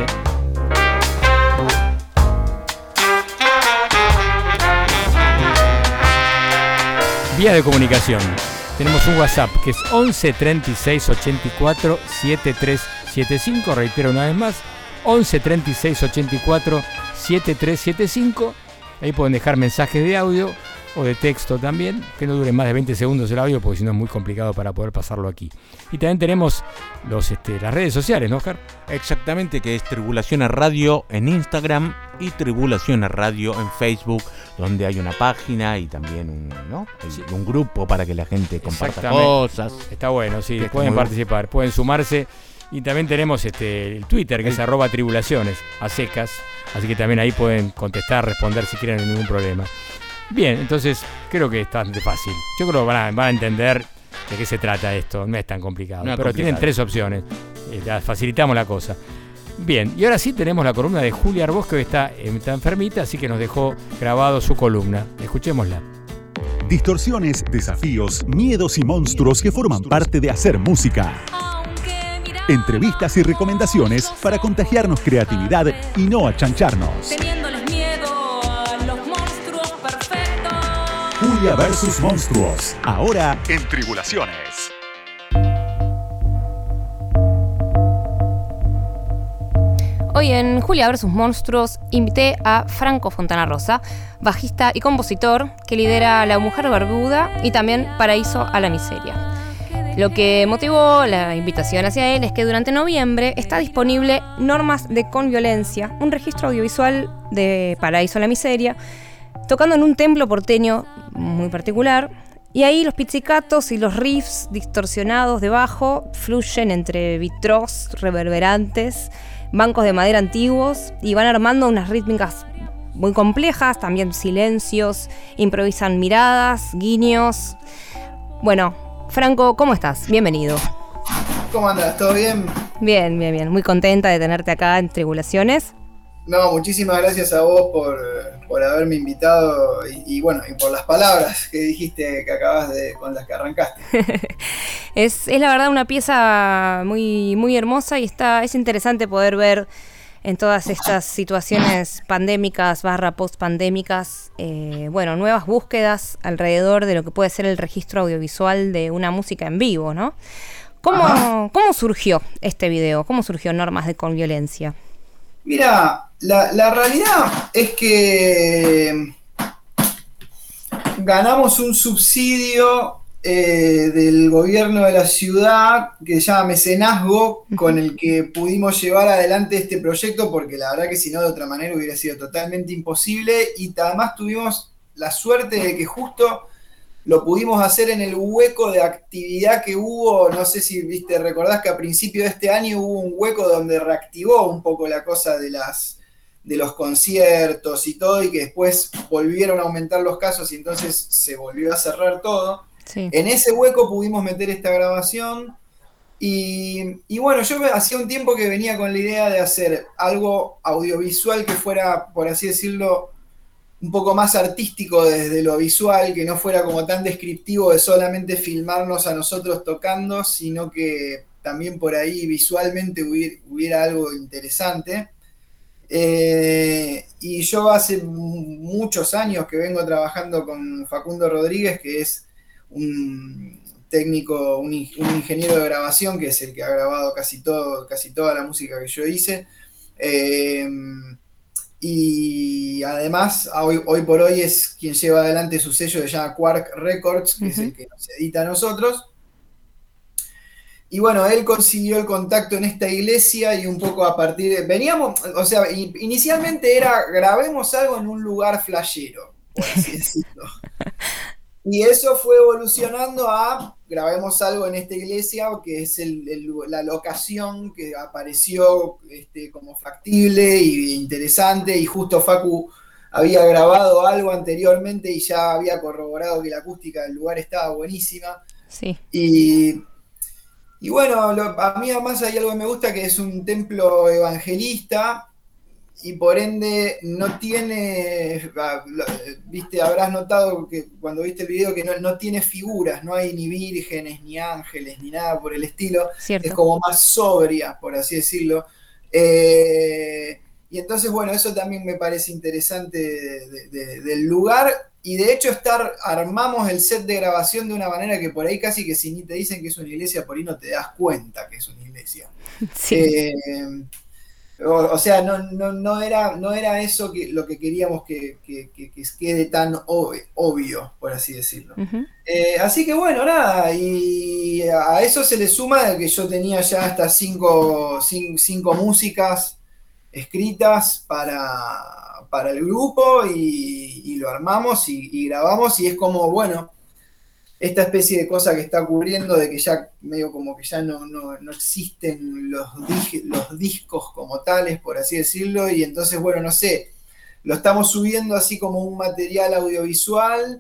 Vía de comunicación. Tenemos un WhatsApp que es 11 36 84 7375. Reitero una vez más, 11 36 84 7375. Ahí pueden dejar mensajes de audio o de texto también, que no duren más de 20 segundos el audio, porque si no es muy complicado para poder pasarlo aquí. Y también tenemos las redes sociales, ¿no, Oscar? Exactamente, que es Tribulaciones Radio en Instagram y Tribulaciones Radio en Facebook, donde hay una página y también un grupo para que la gente comparta cosas. Está bueno, sí, pueden participar, pueden sumarse. Y también tenemos el Twitter, que es @tribulaciones, a secas. Así que también ahí pueden contestar, responder si quieren, ningún problema. Bien, entonces creo que es bastante fácil. Yo creo que van a entender de qué se trata esto. No es tan complicado. Pero tienen 3 opciones. Facilitamos la cosa. Bien, y ahora sí tenemos la columna de Julia Arbós, que hoy está enfermita, así que nos dejó grabado su columna. Escuchémosla. Distorsiones, desafíos, miedos y monstruos que forman parte de hacer música. Entrevistas y recomendaciones para contagiarnos creatividad y no achancharnos. Teniéndoles miedo a los monstruos perfectos. Julia versus monstruos. Ahora en Tribulaciones. Hoy en Julia versus Monstruos invité a Franco Fontanarosa, bajista y compositor que lidera La Mujer Barbuda y también Paraíso a la Miseria. Lo que motivó la invitación hacia él es que durante noviembre está disponible Normas de Conviolencia, un registro audiovisual de Paraíso a la Miseria, tocando en un templo porteño muy particular. Y ahí los pizzicatos y los riffs distorsionados de bajo fluyen entre vitros reverberantes, bancos de madera antiguos y van armando unas rítmicas muy complejas, también silencios, improvisan miradas, guiños. Bueno, Franco, ¿cómo estás? Bienvenido. ¿Cómo andas? ¿Todo bien? Bien, bien, bien. Muy contenta de tenerte acá en Tribulaciones. No, muchísimas gracias a vos por haberme invitado y bueno, y por las palabras que dijiste que con las que arrancaste. Es la verdad una pieza muy, muy hermosa y es interesante poder ver en todas estas situaciones pandémicas / post-pandémicas, nuevas búsquedas alrededor de lo que puede ser el registro audiovisual de una música en vivo, ¿no? ¿Cómo surgió este video? ¿Cómo surgió Normas de Conviolencia? Mira, la realidad es que ganamos un subsidio del gobierno de la ciudad que se llama Mecenazgo, con el que pudimos llevar adelante este proyecto, porque la verdad que si no de otra manera hubiera sido totalmente imposible, y además tuvimos la suerte de que justo lo pudimos hacer en el hueco de actividad que hubo. No sé si recordás que a principio de este año hubo un hueco donde reactivó un poco la cosa de los conciertos y todo, y que después volvieron a aumentar los casos y entonces se volvió a cerrar todo. Sí. En ese hueco pudimos meter esta grabación y bueno, yo hacía un tiempo que venía con la idea de hacer algo audiovisual que fuera, por así decirlo, un poco más artístico desde lo visual, que no fuera como tan descriptivo de solamente filmarnos a nosotros tocando, sino que también por ahí visualmente hubiera algo interesante. Y yo hace muchos años que vengo trabajando con Facundo Rodríguez, que es un técnico, un ingeniero de grabación, que es el que ha grabado casi toda la música que yo hice. Y además, hoy por hoy es quien lleva adelante su sello que se llama Quark Records, que es el que nos edita a nosotros. Y bueno, él consiguió el contacto en esta iglesia y un poco a partir de... inicialmente era grabemos algo en un lugar flashero, por así decirlo. Y eso fue evolucionando a grabemos algo en esta iglesia, que es la locación que apareció como factible e interesante, y justo Facu había grabado algo anteriormente y ya había corroborado que la acústica del lugar estaba buenísima. Sí. Y bueno, a mí además hay algo que me gusta, que es un templo evangelista, y por ende no tiene, habrás notado que cuando viste el video que no tiene figuras, no hay ni vírgenes, ni ángeles, ni nada por el estilo. Cierto. Es como más sobria, por así decirlo. Y entonces, bueno, eso también me parece interesante del lugar. Y de hecho armamos el set de grabación de una manera que por ahí casi que si ni te dicen que es una iglesia, por ahí no te das cuenta que es una iglesia. Sí. O sea, no era eso lo que queríamos que quede tan obvio, por así decirlo. Uh-huh. Así que bueno, nada, y a eso se le suma que yo tenía ya hasta cinco músicas escritas para el grupo, y lo armamos y grabamos, y es como, bueno, esta especie de cosa que está ocurriendo de que ya medio como que ya no existen los discos como tales, por así decirlo, y entonces, bueno, no sé, lo estamos subiendo así como un material audiovisual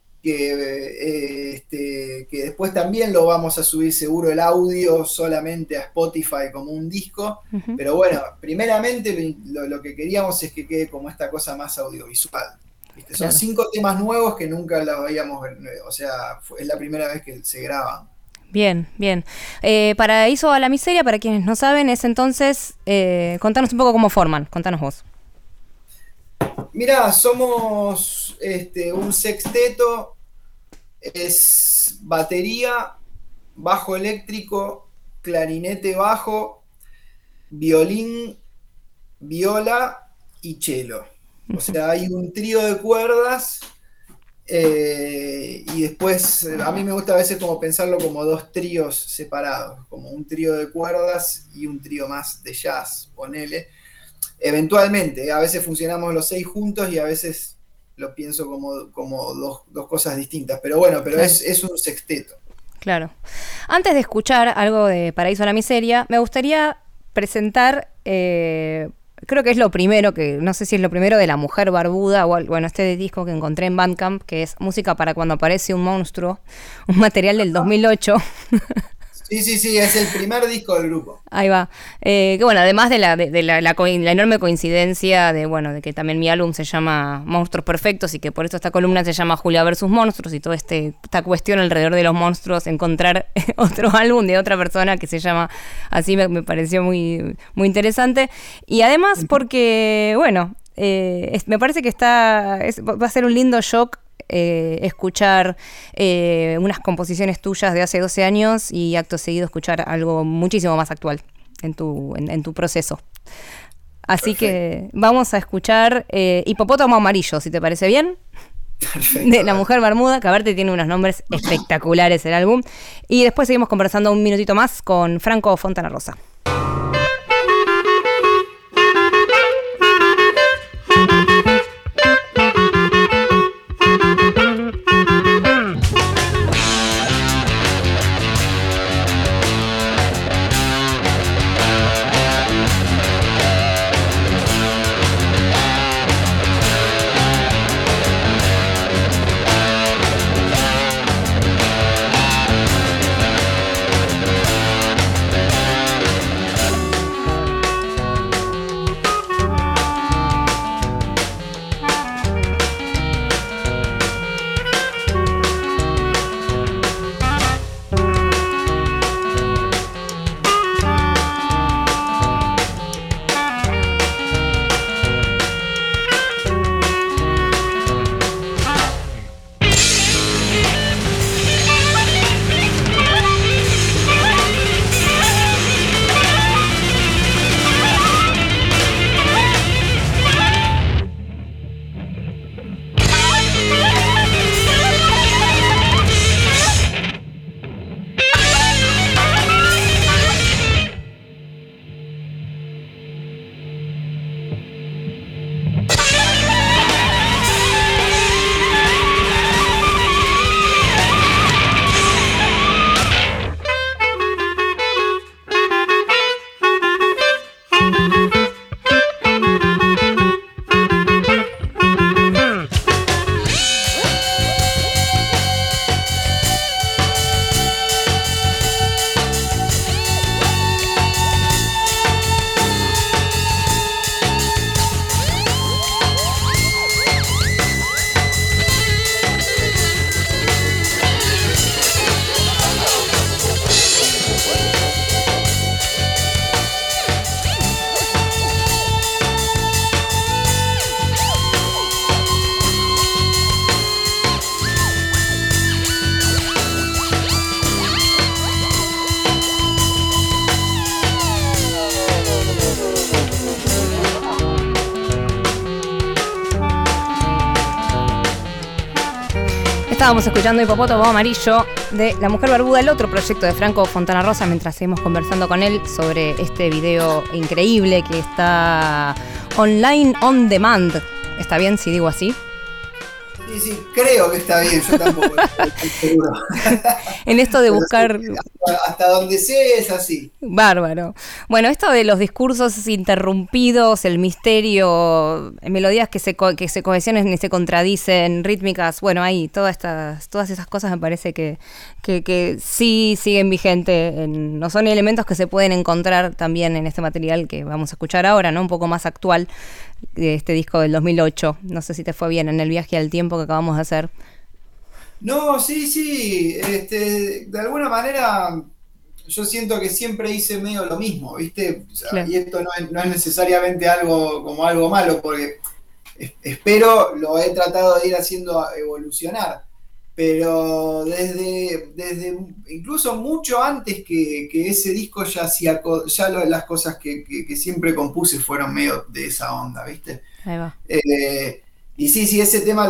que después también lo vamos a subir seguro el audio solamente a Spotify como un disco. Uh-huh. Pero bueno, primeramente lo que queríamos es que quede como esta cosa más audiovisual. ¿Viste? Son 5 temas nuevos que nunca los habíamos, o sea, es la primera vez que se graban. Bien, bien. Paraíso a la Miseria, para quienes no saben, es entonces, contanos un poco cómo forman, contanos vos. Mirá, somos un sexteto, es batería, bajo eléctrico, clarinete bajo, violín, viola y cello. O sea, hay un trío de cuerdas, y después a mí me gusta a veces como pensarlo como 2 tríos separados, como un trío de cuerdas y un trío más de jazz, ponele. Eventualmente, a veces funcionamos los 6 juntos y a veces lo pienso como dos cosas distintas, pero bueno, claro. Es un sexteto. Claro. Antes de escuchar algo de Paraíso a la Miseria, me gustaría presentar... creo que es lo primero, que no sé si es lo primero de La Mujer Barbuda, o bueno, este disco que encontré en Bandcamp, que es Música para cuando aparece un monstruo, un material del 2008. Sí, es el primer disco del grupo. Ahí va. Que bueno, además de la enorme coincidencia de que también mi álbum se llama Monstruos Perfectos y que por eso esta columna se llama Julia versus Monstruos y toda esta cuestión alrededor de los monstruos, encontrar otro álbum de otra persona que se llama así me pareció muy, muy interesante. Y además porque, bueno, me parece que va a ser un lindo shock escuchar unas composiciones tuyas de hace 12 años y acto seguido escuchar algo muchísimo más actual en tu proceso. Así que vamos a escuchar Hipopótamo Amarillo, si te parece bien. Perfecto. De La Mujer Bermuda, que aparte tiene unos nombres espectaculares el álbum. Y después seguimos conversando un minutito más con Franco Fontanarosa. Estábamos escuchando Hipopótamo Amarillo de La Mujer Barbuda, el otro proyecto de Franco Fontanarosa, mientras seguimos conversando con él sobre este video increíble que está online on demand. ¿Está bien si digo así? Sí, creo que está bien, yo tampoco estoy seguro. En esto de buscar... Hasta donde sé es así. Bárbaro. Bueno, esto de los discursos interrumpidos, el misterio, melodías que se cohesionan y se contradicen, rítmicas, bueno, ahí, todas esas cosas me parece que sí siguen vigentes, no son elementos que se pueden encontrar también en este material que vamos a escuchar ahora, ¿no? Un poco más actual, de este disco del 2008. No sé si te fue bien en el viaje al tiempo que acabamos de hacer. No, sí, de alguna manera yo siento que siempre hice medio lo mismo, ¿viste? O sea, claro. Y esto no es necesariamente algo malo, porque espero, lo he tratado de ir haciendo evolucionar, pero desde incluso mucho antes que ese disco ya las cosas que siempre compuse fueron medio de esa onda, ¿viste? Ahí va. Y sí, ese tema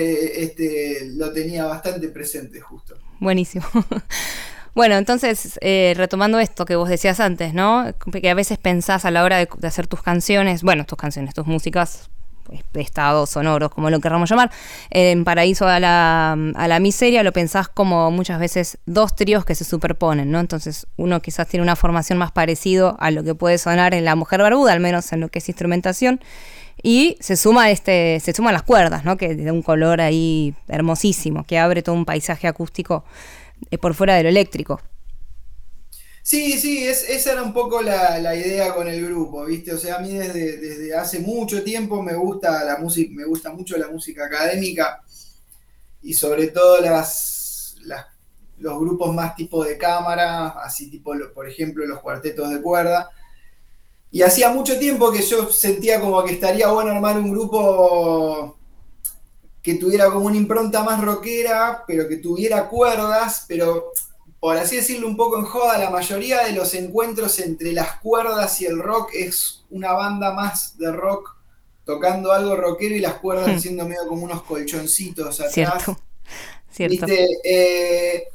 lo tenía bastante presente justo. Buenísimo. Bueno, entonces, retomando esto que vos decías antes, ¿no? Que a veces pensás a la hora de hacer tus canciones, tus músicas, estados sonoros, como lo querramos llamar, en Paraíso a la Miseria, lo pensás como muchas veces dos tríos que se superponen, ¿no? Entonces, uno quizás tiene una formación más parecido a lo que puede sonar en La Mujer Barbuda, al menos en lo que es instrumentación, y se suman las cuerdas, ¿no? Que da un color ahí hermosísimo, que abre todo un paisaje acústico por fuera de lo eléctrico. Sí, esa era un poco la idea con el grupo, ¿viste? O sea, a mí desde hace mucho tiempo me gusta la música, me gusta mucho la música académica y sobre todo los grupos más tipo de cámara, así tipo, por ejemplo, los cuartetos de cuerda. Y hacía mucho tiempo que yo sentía como que estaría bueno armar un grupo que tuviera como una impronta más rockera, pero que tuviera cuerdas, pero por así decirlo un poco en joda, la mayoría de los encuentros entre las cuerdas y el rock es una banda más de rock tocando algo rockero y las cuerdas haciendo medio como unos colchoncitos atrás. Cierto. ¿Viste?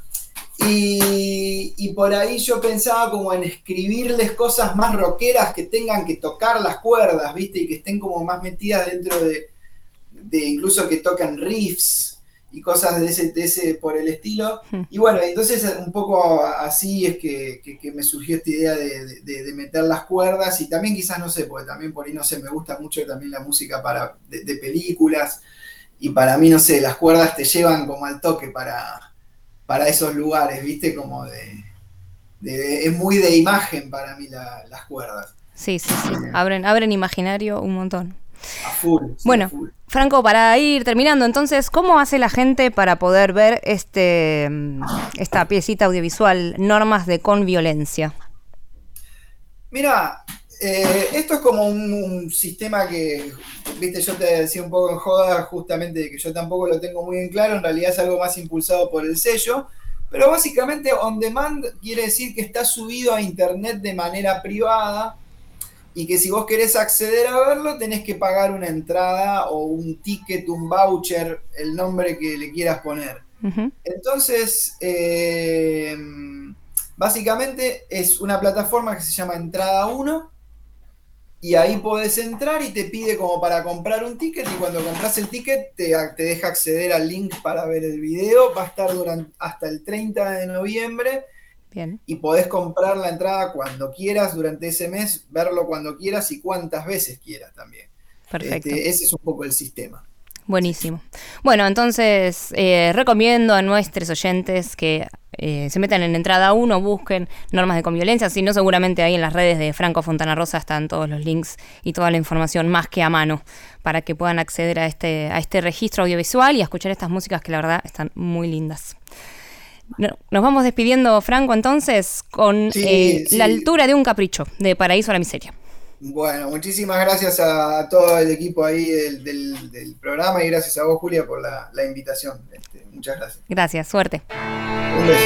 Y por ahí yo pensaba como en escribirles cosas más rockeras que tengan que tocar las cuerdas, ¿viste? Y que estén como más metidas dentro de incluso que tocan riffs y cosas de ese por el estilo. Y bueno, entonces un poco así es que me surgió esta idea de meter las cuerdas y también quizás, no sé, porque también por ahí, no sé, me gusta mucho también la música de películas y para mí, no sé, las cuerdas te llevan como al toque para esos lugares, ¿viste? Como es muy de imagen para mí las cuerdas. Sí. Abren imaginario un montón. A full. Sí, bueno, a full. Franco, para ir terminando, entonces, ¿cómo hace la gente para poder ver esta piecita audiovisual, Normas de Conviolencia? Mira, esto es como un sistema que, viste, yo te decía un poco en joda justamente de que yo tampoco lo tengo muy en claro, en realidad es algo más impulsado por el sello, pero básicamente on demand quiere decir que está subido a internet de manera privada y que si vos querés acceder a verlo tenés que pagar una entrada o un ticket, un voucher, el nombre que le quieras poner. Uh-huh. Entonces, básicamente es una plataforma que se llama Entrada 1 y ahí podés entrar y te pide como para comprar un ticket y cuando compras el ticket te deja acceder al link para ver el video. Va a estar hasta el 30 de noviembre. Bien. Y podés comprar la entrada cuando quieras durante ese mes, verlo cuando quieras y cuantas veces quieras también. Perfecto. Ese es un poco el sistema. Buenísimo. Bueno, entonces recomiendo a nuestros oyentes que se metan en Entrada 1, busquen Normas de Conviolencia, si no seguramente ahí en las redes de Franco Fontana Rosa están todos los links y toda la información más que a mano para que puedan acceder a este registro audiovisual y a escuchar estas músicas que la verdad están muy lindas. Nos vamos despidiendo, Franco, entonces, con La altura de un capricho, de Paraíso a la Miseria. Bueno, muchísimas gracias a todo el equipo ahí del programa y gracias a vos, Julia, por la invitación. Muchas gracias. Gracias, suerte. Un beso.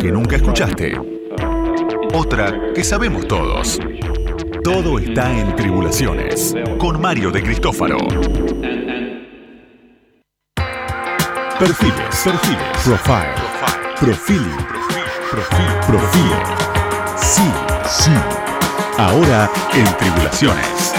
que nunca escuchaste. Otra que sabemos todos. Todo está en Tribulaciones, con Mario de Cristófaro. Perfiles. Profiling. Sí. Ahora en Tribulaciones.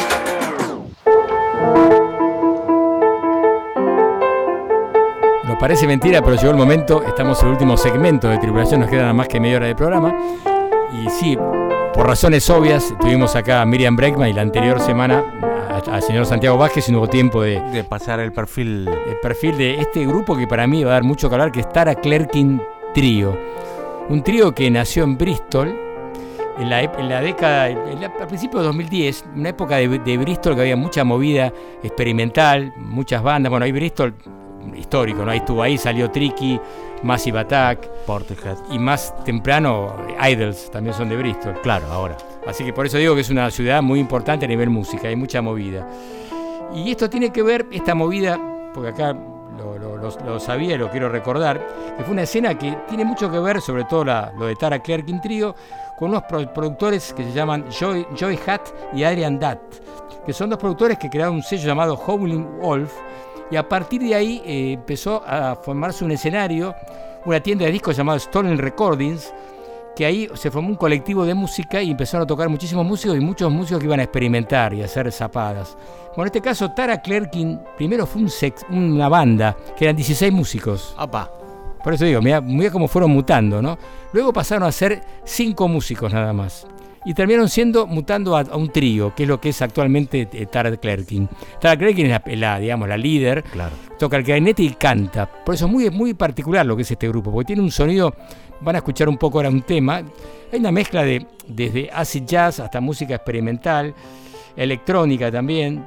Nos parece mentira, pero llegó el momento. Estamos en el último segmento de Tribulación. Nos queda nada más que media hora de programa. Y sí, por razones obvias, tuvimos acá a Miriam Breckman y la anterior semana al señor Santiago Vázquez y no hubo tiempo de pasar el perfil de este grupo que para mí va a dar mucho que hablar, que es Tara Clerkin Trio. Un trío que nació en Bristol en la década, al principio de 2010, una época de Bristol que había mucha movida experimental, muchas bandas. Bueno, hay Bristol histórico, ¿no? Ahí salió Tricky, Massive Attack, Portishead, y más temprano Idols también son de Bristol. Claro, ahora. Así que por eso digo que es una ciudad muy importante a nivel música, hay mucha movida. Y esto tiene que ver, esta movida, porque acá lo sabía y lo quiero recordar, que fue una escena que tiene mucho que ver, sobre todo lo de Tara Clerkin Trio, con unos productores que se llaman Joy Hatt y Adrian Dutt, que son dos productores que crearon un sello llamado Howlin' Wolf, y a partir de ahí empezó a formarse un escenario, una tienda de discos llamada Stolen Recordings, que ahí se formó un colectivo de música y empezaron a tocar muchísimos músicos y muchos músicos que iban a experimentar y a hacer zapadas. Bueno, en este caso Tara Clerkin primero fue una banda que eran 16 músicos. ¡Apa! Por eso digo, mirá cómo fueron mutando, ¿no? Luego pasaron a ser 5 músicos nada más. Y terminaron mutando a un trío, que es lo que es actualmente Tara Clerkin. Tara Clerkin es la líder, claro. Toca el clarinete y canta. Por eso es muy, muy particular lo que es este grupo, porque tiene un sonido, van a escuchar un poco ahora un tema, hay una mezcla desde acid jazz hasta música experimental, electrónica también,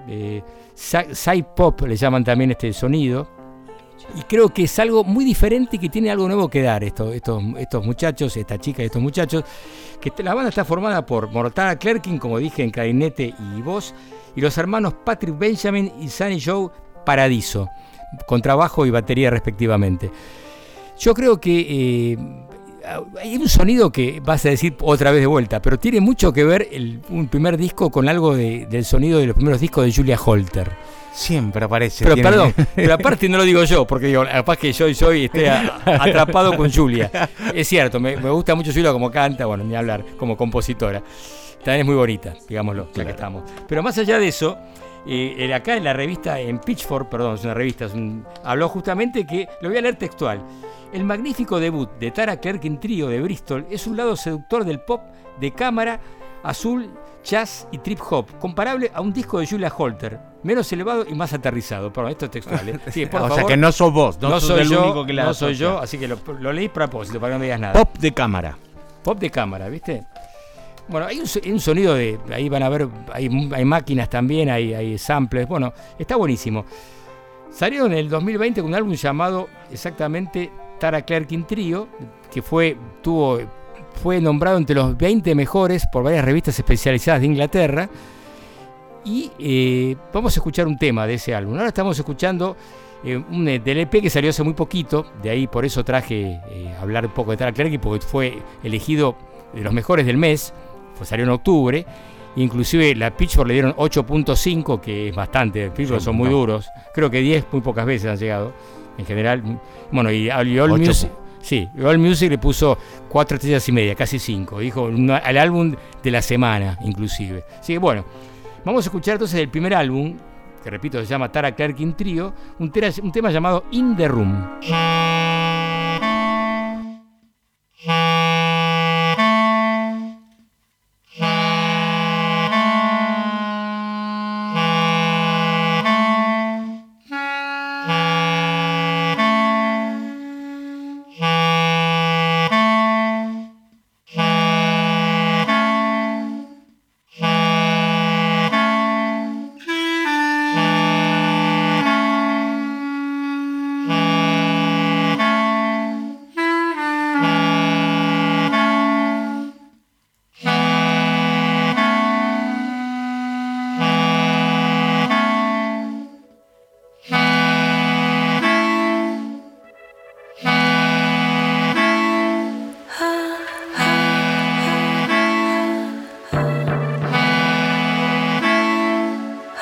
side pop le llaman también este sonido. Y creo que es algo muy diferente y que tiene algo nuevo que dar estos muchachos, esta chica y estos muchachos. Que la banda está formada por Tara Clerkin, como dije, en clarinete y voz, y los hermanos Patrick Benjamin y Sunny Joe Paradiso, con trabajo y batería respectivamente. Yo creo que hay un sonido que vas a decir otra vez de vuelta, pero tiene mucho que ver un primer disco con algo del sonido de los primeros discos de Julia Holter. Siempre aparece. Pero perdón, pero aparte no lo digo yo, porque digo, capaz que yo esté atrapado con Julia. Es cierto, me gusta mucho Julia como canta, bueno, ni hablar, como compositora. También es muy bonita, digámoslo, ya que estamos. Pero más allá de eso, acá en la revista, en Pitchfork, perdón, es una revista, habló justamente que, lo voy a leer textual, el magnífico debut de Tara Clerkin Trio de Bristol es un lado seductor del pop de cámara, azul, jazz y trip hop, comparable a un disco de Julia Holter, menos elevado y más aterrizado. Perdón, esto es textual, ¿eh? Sí, por favor. Sea que no sos vos, no soy el yo, único que la no soy yo, así que lo leí a propósito, para que no me digas nada. Pop de cámara. Pop de cámara, ¿viste? Bueno, hay un sonido ahí van a ver, hay máquinas también, hay samples, bueno, está buenísimo. Salieron en el 2020 con un álbum llamado exactamente Tara Clerkin Trio, que fue nombrado entre los 20 mejores por varias revistas especializadas de Inglaterra. Y vamos a escuchar un tema de ese álbum. Ahora estamos escuchando del EP que salió hace muy poquito, de ahí por eso traje hablar un poco de Tara Clerkin, porque fue elegido de los mejores del mes, salió en octubre. Inclusive la Pitchfork le dieron 8.5, que es bastante, Pitchfork son muy duros. Creo que 10 muy pocas veces han llegado, en general. Bueno, y All Music... Sí, All Music le puso 4 estrellas y media, casi 5. Dijo al álbum de la semana, inclusive. Así que bueno, vamos a escuchar entonces el primer álbum, que repito, se llama Tara Clerkin Trio, un tema llamado In the Room.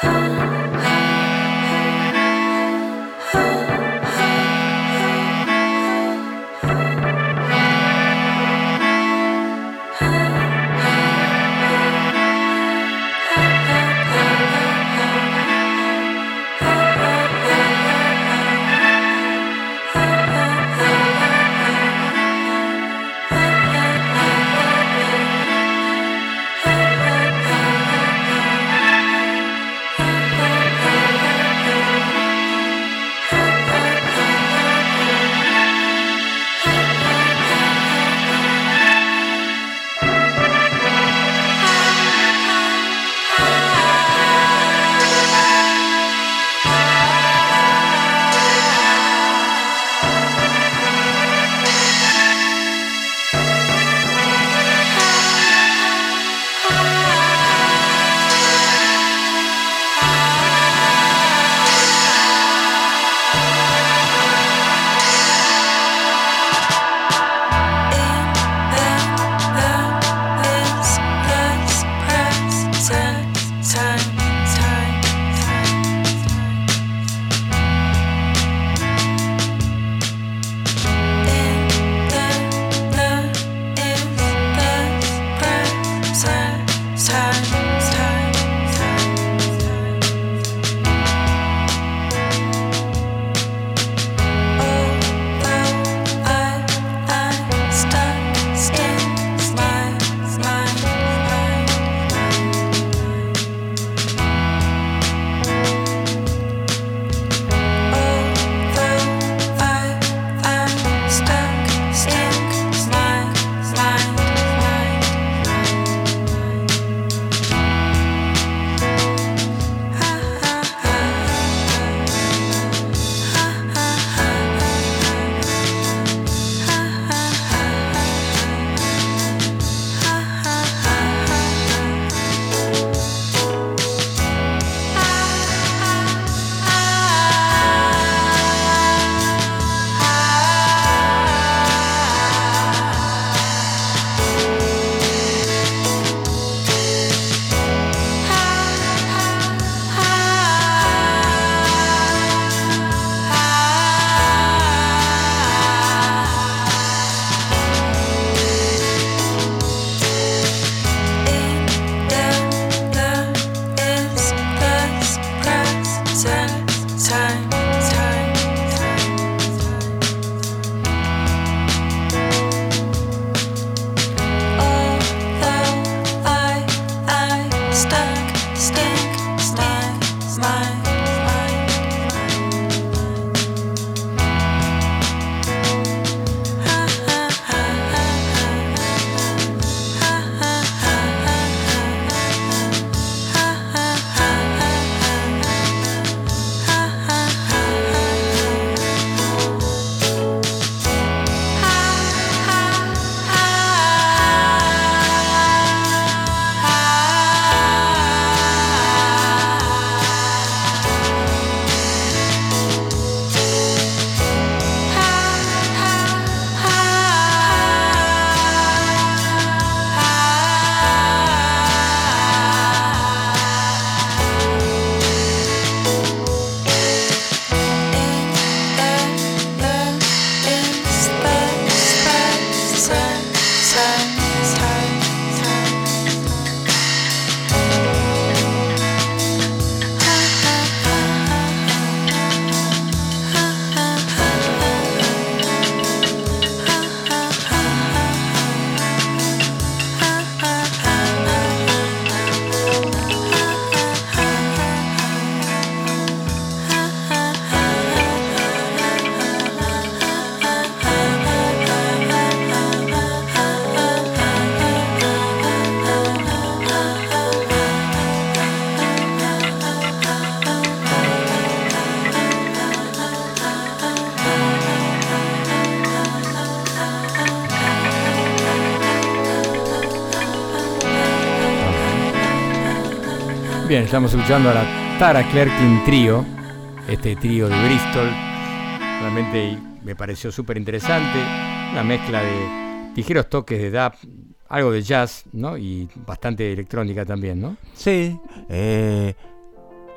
Bien, estamos escuchando a la Tara Clerkin Trio, este trío de Bristol. Realmente me pareció súper interesante, una mezcla de ligeros toques de dub, algo de jazz, ¿no? Y bastante electrónica también, ¿no? Sí,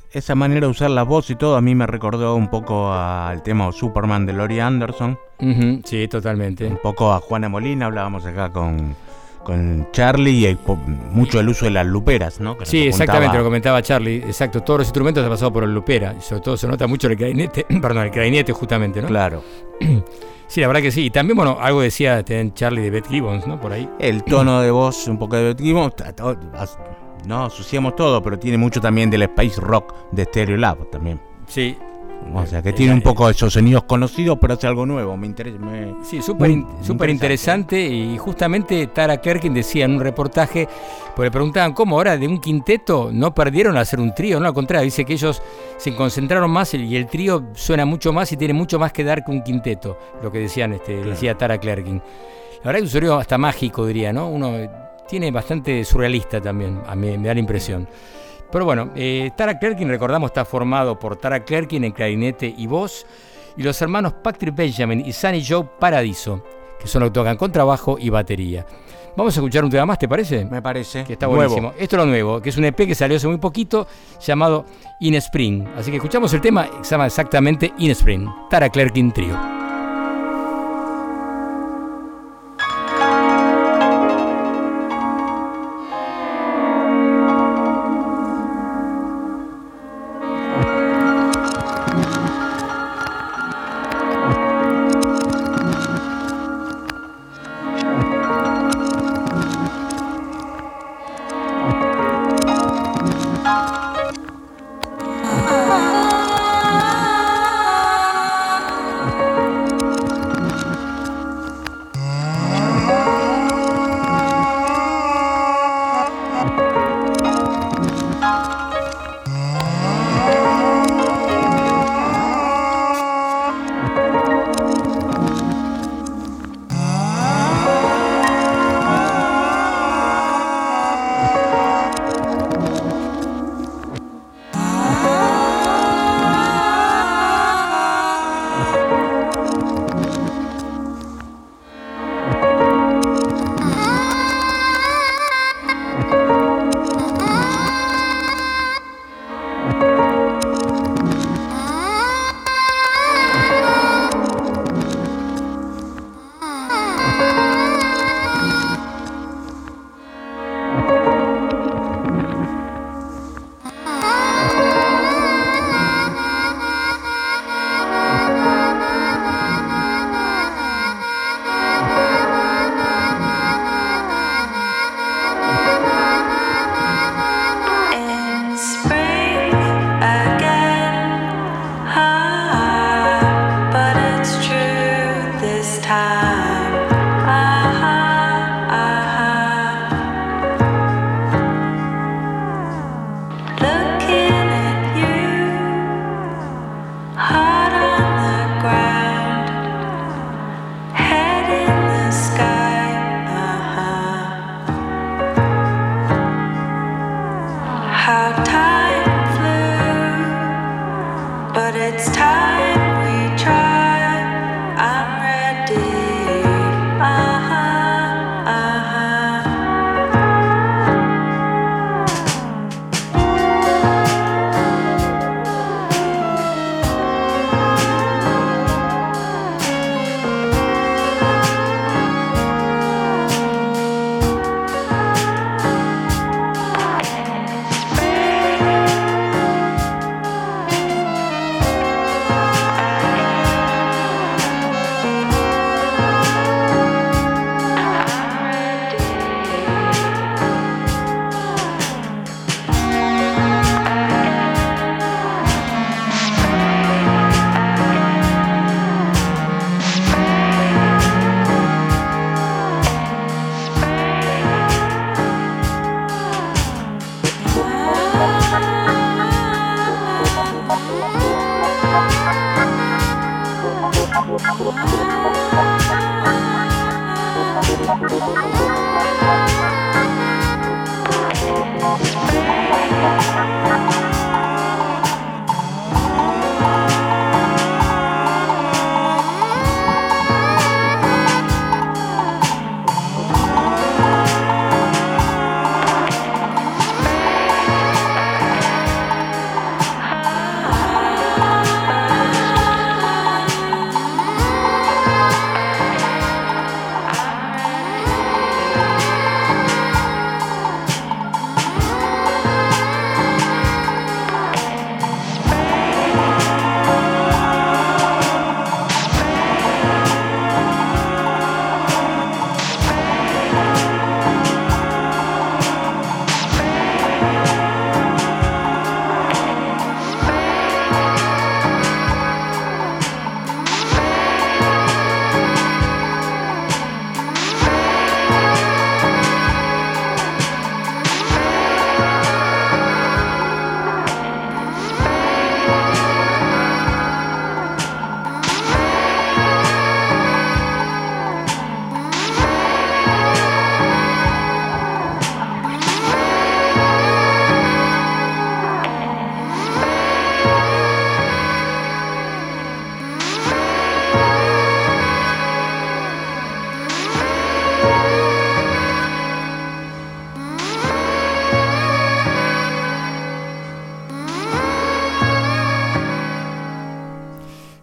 esa manera de usar la voz y todo a mí me recordó un poco al tema Superman de Laurie Anderson. Sí, totalmente. Un poco a Juana Molina, hablábamos acá con Charlie, y mucho el uso de las luperas, ¿no? Sí, exactamente, lo comentaba Charlie. Exacto, todos los instrumentos han pasado por el lupera. Y sobre todo se nota mucho el clarinete justamente, ¿no? Claro. Sí, la verdad que sí. Y también, bueno, algo decía Charlie de Beth Gibbons, ¿no? Por ahí. El tono de voz un poco de Beth Gibbons. No asociamos todo, pero tiene mucho también del space rock de Stereolab también. Sí. O sea, que tiene un poco esos sonidos conocidos, pero hace algo nuevo. Me interesa. Sí, súper interesante. Y justamente Tara Kerkin decía en un reportaje, porque le preguntaban cómo ahora de un quinteto no perdieron a hacer un trío. No, al contrario, dice que ellos se concentraron más y el trío suena mucho más y tiene mucho más que dar que un quinteto. Lo que decían, claro. Decía Tara Kerkin. La verdad que es un sonido hasta mágico, diría, ¿no? Uno tiene bastante surrealista también, a mí me da la impresión. Pero bueno, Tara Kerkin, recordamos, está formado por Tara Kerkin en clarinete y voz, y los hermanos Patrick Benjamin y Sunny Joe Paradiso, que son los que tocan contrabajo y batería. Vamos a escuchar un tema más, ¿te parece? Me parece. Que está buenísimo. Esto es lo nuevo, que es un EP que salió hace muy poquito, llamado In Spring. Así que escuchamos el tema, que se llama exactamente In Spring. Tara Kerkin Trio.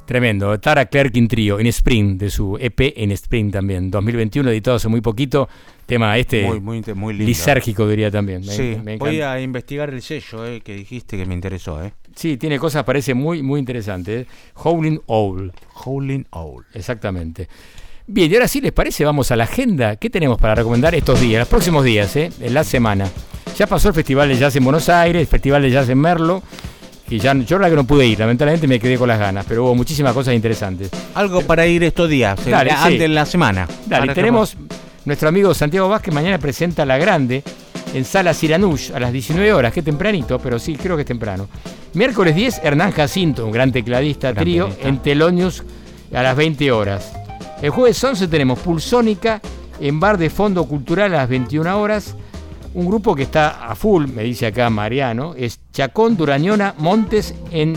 Tremendo. Tara Clerkin Trio, en Spring, de su EP en Spring también. 2021, editado hace muy poquito. Tema muy lindo. Lisérgico, diría también. Sí, voy a investigar el sello que dijiste que me interesó. Sí, tiene cosas, parece muy, muy interesantes. Howlin' Owl. Howlin' Owl. Exactamente. Bien, y ahora sí, ¿les parece? Vamos a la agenda. ¿Qué tenemos para recomendar estos días, los próximos días, en la semana? Ya pasó el Festival de Jazz en Buenos Aires, el Festival de Jazz en Merlo, que ya, yo la verdad que no pude ir, lamentablemente me quedé con las ganas, pero hubo muchísimas cosas interesantes. Algo para ir estos días, antes de la semana. Dale, tenemos nuestro amigo Santiago Vázquez, mañana presenta La Grande en Sala Siranush a las 19 horas, qué tempranito, pero sí, creo que es temprano. Miércoles 10, Hernán Jacinto, un gran tecladista trío, en Telonius a las 20 horas. El jueves 11 tenemos Pulsónica en Bar de Fondo Cultural a las 21 horas. Un grupo que está a full, me dice acá Mariano, es Chacón, Durañona, Montes en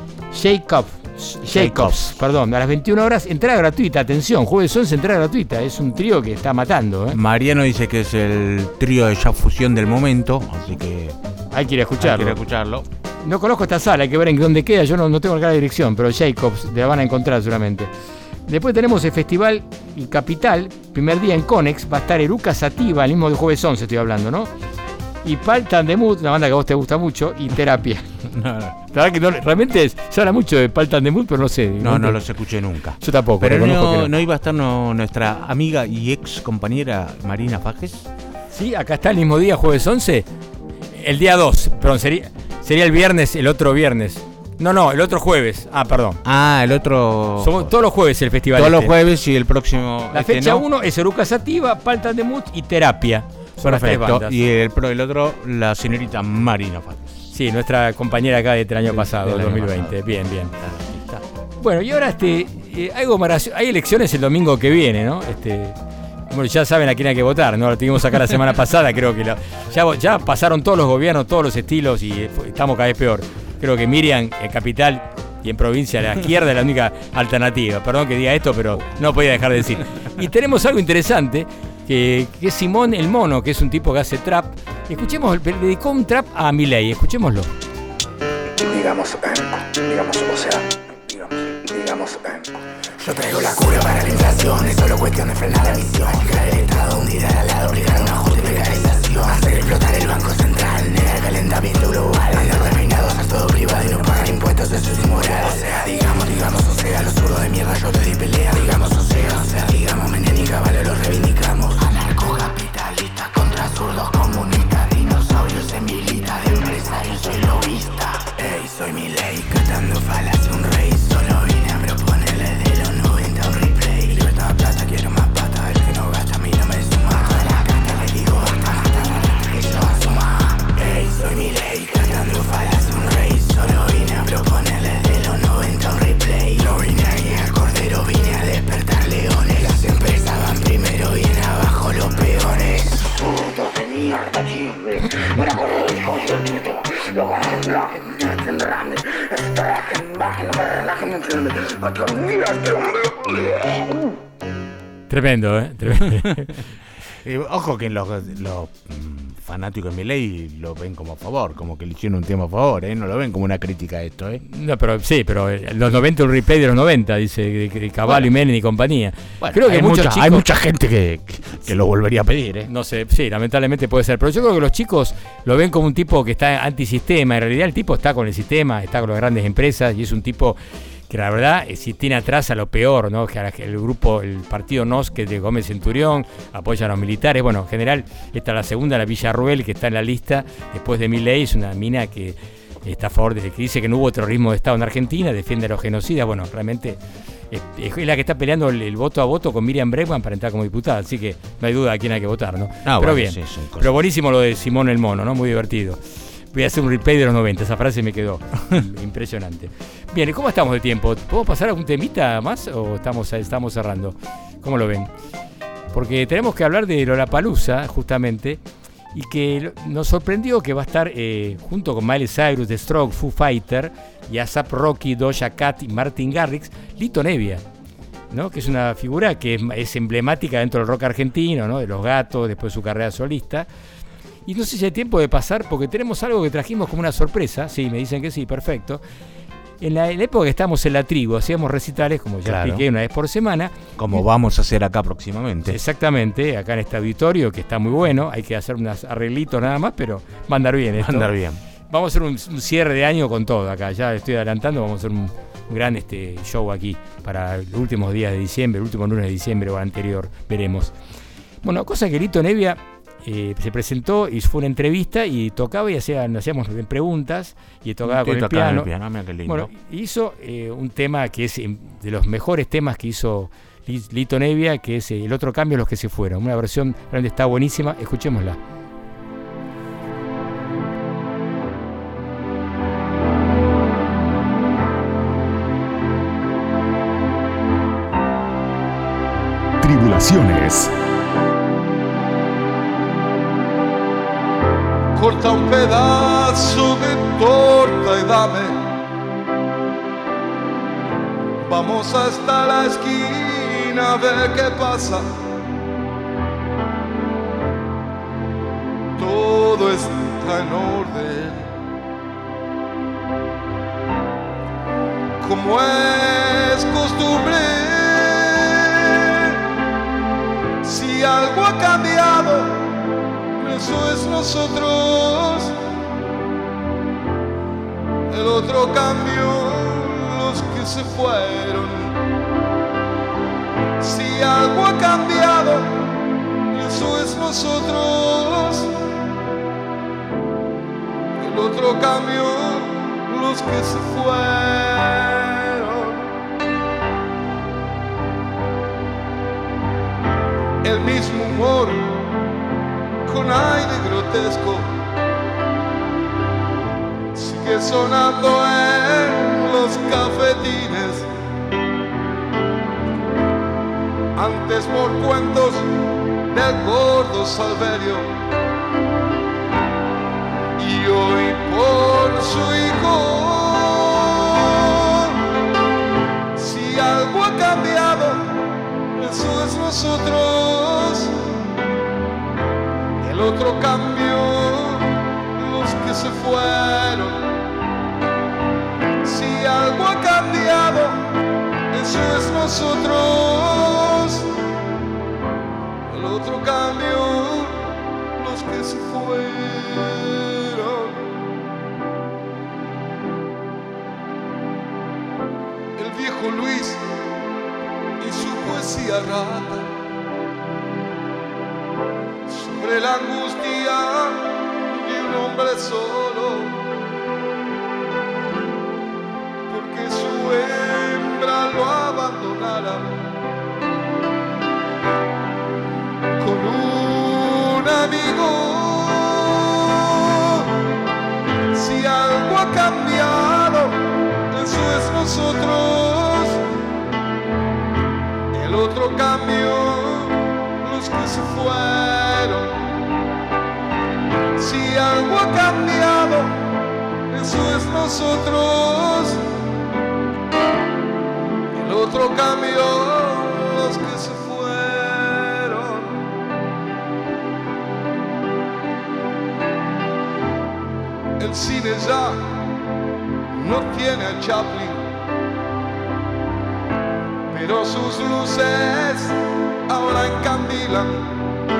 Jacobs, perdón, a las 21 horas, entrada gratuita, atención, jueves 11, entrada gratuita, es un trío que está matando. Mariano dice que es el trío de jazz fusión del momento, así que hay que ir a escucharlo. No conozco esta sala, hay que ver en dónde queda, yo no tengo acá la dirección, pero Jacobs la van a encontrar seguramente. Después tenemos el Festival y Capital, primer día en Conex, va a estar Eruca Sativa, el mismo de jueves 11 estoy hablando, ¿no? Y Paltan de Mood, una banda que a vos te gusta mucho, y Terapia. La verdad que realmente se habla mucho de Paltan de Mood, pero no sé. No los escuché nunca. Yo tampoco. Pero no iba a estar nuestra amiga y ex compañera Marina Fajes. Sí, acá está el mismo día, jueves 11, el día 2, perdón, sería el viernes, el otro viernes. No, el otro jueves. Perdón. El otro... Somos todos los jueves el festival. Todos los jueves y el próximo... La fecha 1 es Eruca Sativa, Paltan de Mood y Terapia. Perfecto. Y el otro, la señorita Marina Fajes. Sí, nuestra compañera acá del año pasado, 2020. Bien. Bueno, y ahora algo maravilloso. Hay elecciones el domingo que viene, ¿no? Bueno, ya saben a quién hay que votar, ¿no? Lo tuvimos acá la semana pasada, creo que ya pasaron todos los gobiernos, todos los estilos y estamos cada vez peor. Creo que Miriam, en capital y en provincia, a la izquierda es la única alternativa. Perdón que diga esto, pero no podía dejar de decir. Y tenemos algo interesante, que es Simón el Mono, que es un tipo que hace trap. Escuchemos, le dedicó un trap a Milei, escuchémoslo. Digamos, yo traigo la cura para la inflación, es solo cuestión de frenar la emisión. Fijar el Estado, hundir al lado, obligar a una justificarización. Hacer explotar el Banco Central, negar el calentamiento global. Andar refinados, hacer todo privado y no pagar impuestos, eso es inmoral. O sea, digamos, los zurdos de mierda yo te di pelea. Digamos, Menem y Caballo los reivindicamos. Anarcocapitalistas contra zurdos comunistas, dinosaurios en milita, de empresarios soy lobista. Ey, soy Milei, catando falas, un rey, solo vine a proponerle de los 90 un replay. Libertad, plata, quiero más pata, el que no gasta a mí no me suma. Toda la carta le digo hasta matar, que yo asuma. Ey, soy Milei, catando falas, un rey, solo vine a proponerle de los 90 un replay. No vine a guiar cordero, vine a despertar leones. Las empresas van primero y en abajo los peones. Putos de mierda, chisme, van a correr el coche, puto. Lo van a relajen, Tremendo, Tremendo. Ojo que los fanáticos de Milei lo ven como a favor, como que le hicieron un tema a favor, no lo ven como una crítica a esto, No, pero sí, pero los 90, un replay de los 90, dice de Caballo y Menem y compañía. Bueno, creo que hay mucha gente que lo volvería a pedir, No sé, sí, lamentablemente puede ser, pero yo creo que los chicos lo ven como un tipo que está antisistema. En realidad el tipo está con el sistema, está con las grandes empresas y es un tipo que la verdad si tiene atrás a lo peor, ¿no? Que el grupo, el partido NOS, que es de Gómez Centurión, apoya a los militares. Bueno, en general, esta es la segunda, la Villarruel, que está en la lista después de Milei, es una mina que está a favor que dice que no hubo terrorismo de Estado en Argentina, defiende a los genocidas. Bueno, realmente es la que está peleando el voto a voto con Miriam Bregman para entrar como diputada, así que no hay duda a quién hay que votar, ¿no? Pero bueno, bien, pero buenísimo lo de Simón el Mono, ¿no? Muy divertido. Voy a hacer un replay de los 90, esa frase me quedó impresionante. Bien, ¿cómo estamos de tiempo? ¿Puedo pasar algún temita más o estamos cerrando? ¿Cómo lo ven? Porque tenemos que hablar de Lollapalooza, justamente, y que nos sorprendió que va a estar junto con Miley Cyrus, The Strokes, Foo Fighter, y A$AP Rocky, Doja Cat y Martin Garrix, Lito Nebbia, ¿no? Que es una figura que es emblemática dentro del rock argentino, ¿no? De Los Gatos, después su carrera solista. Y no sé si hay tiempo de pasar, porque tenemos algo que trajimos como una sorpresa. Sí, me dicen que sí, perfecto. En la época que estábamos en la tribu, hacíamos recitales, como ya expliqué, una vez por semana. Como vamos a hacer acá próximamente. Exactamente, acá en este auditorio, que está muy bueno. Hay que hacer unos arreglitos nada más, pero va a andar bien esto. Va a andar bien. Vamos a hacer un cierre de año con todo acá. Ya estoy adelantando, vamos a hacer un gran show aquí para los últimos días de diciembre, el último lunes de diciembre o anterior, veremos. Bueno, cosa que Lito Nevia se presentó y fue una entrevista y tocaba y hacíamos preguntas y tocaba con el piano. Mira qué lindo. Bueno, hizo un tema que es de los mejores temas que hizo Lito Nevia, que es El otro cambio, Los que se fueron. Una versión realmente está buenísima, escuchémosla. Tribulaciones. Corta un pedazo de torta y dame. Vamos hasta la esquina a ver qué pasa. Todo está en orden, como es costumbre. Si algo ha cambiado, eso es nosotros. El otro cambio, los que se fueron. Si algo ha cambiado, eso es nosotros. El otro cambio, los que se fueron. El mismo humor con aire grotesco sigue sonando en los cafetines. Antes por cuentos del gordo Salverio y hoy por su hijo. Si algo ha cambiado, eso es nosotros. El otro cambio, los que se fueron. Si algo ha cambiado, eso es nosotros. El otro cambio, los que se fueron. El viejo Luis y su poesía rata sobre la angustia de un hombre solo, porque su hembra lo abandonara con un amigo. Si algo ha cambiado, eso es nosotros. El otro cambio, los que se fueron. Si algo ha cambiado, eso es nosotros. El otro cambio, los que se fueron. El cine ya no tiene a Chaplin, pero sus luces ahora encandilan.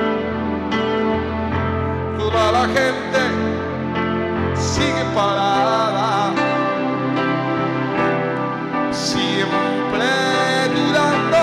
Toda la gente sigue parada, siempre mirando.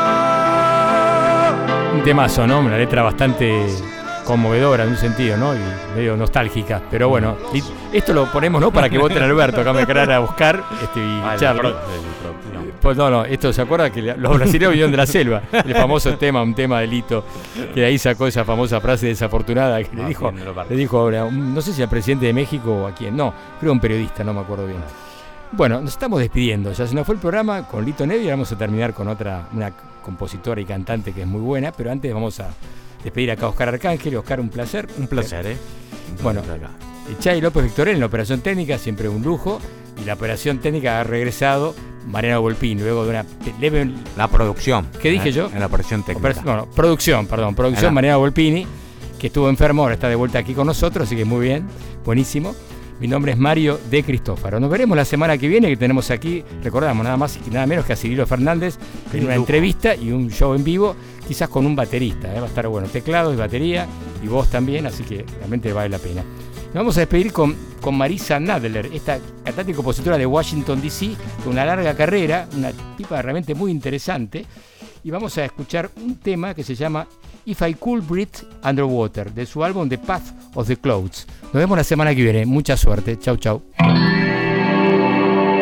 Un temazo, ¿no? Una letra bastante conmovedora en un sentido, ¿no? Y medio nostálgica. Pero bueno, esto lo ponemos, ¿no? Para que voten a Alberto, acá me quedaran a buscar y Charlie. Pues no, esto se acuerda que los brasileños vinieron de la selva, el famoso tema, un tema de Lito, que de ahí sacó esa famosa frase desafortunada que le dijo ahora, no sé si al presidente de México o a quién, no, creo un periodista, no me acuerdo bien. Bueno, nos estamos despidiendo, ya se nos fue el programa con Lito Nevia, vamos a terminar con una compositora y cantante que es muy buena, pero antes vamos a despedir acá a Oscar Arcángel. Oscar, un placer. Un placer, Bueno, Chay López Victorel en la operación técnica, siempre un lujo, y la operación técnica ha regresado Mariano Volpini, luego de una leve... La producción. ¿Qué dije yo? En la operación técnica. Producción, Mariano Volpini, que estuvo enfermo, ahora está de vuelta aquí con nosotros, así que muy bien, buenísimo. Mi nombre es Mario de Cristófaro. Nos veremos la semana que viene, que tenemos aquí, recordamos, nada más y nada menos que a Cirilo Fernández en una entrevista y un show en vivo, quizás con un baterista. Va a estar bueno, teclados y batería, y voz también, así que realmente vale la pena. Nos vamos a despedir con Marisa Nadler, esta cantante y compositora de Washington, D.C., con una larga carrera, una tipa realmente muy interesante. Y vamos a escuchar un tema que se llama If I Could Breathe Underwater, de su álbum The Path of the Clouds. Nos vemos la semana que viene. Mucha suerte. Chau, chau.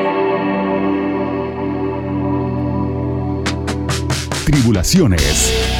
Tribulaciones.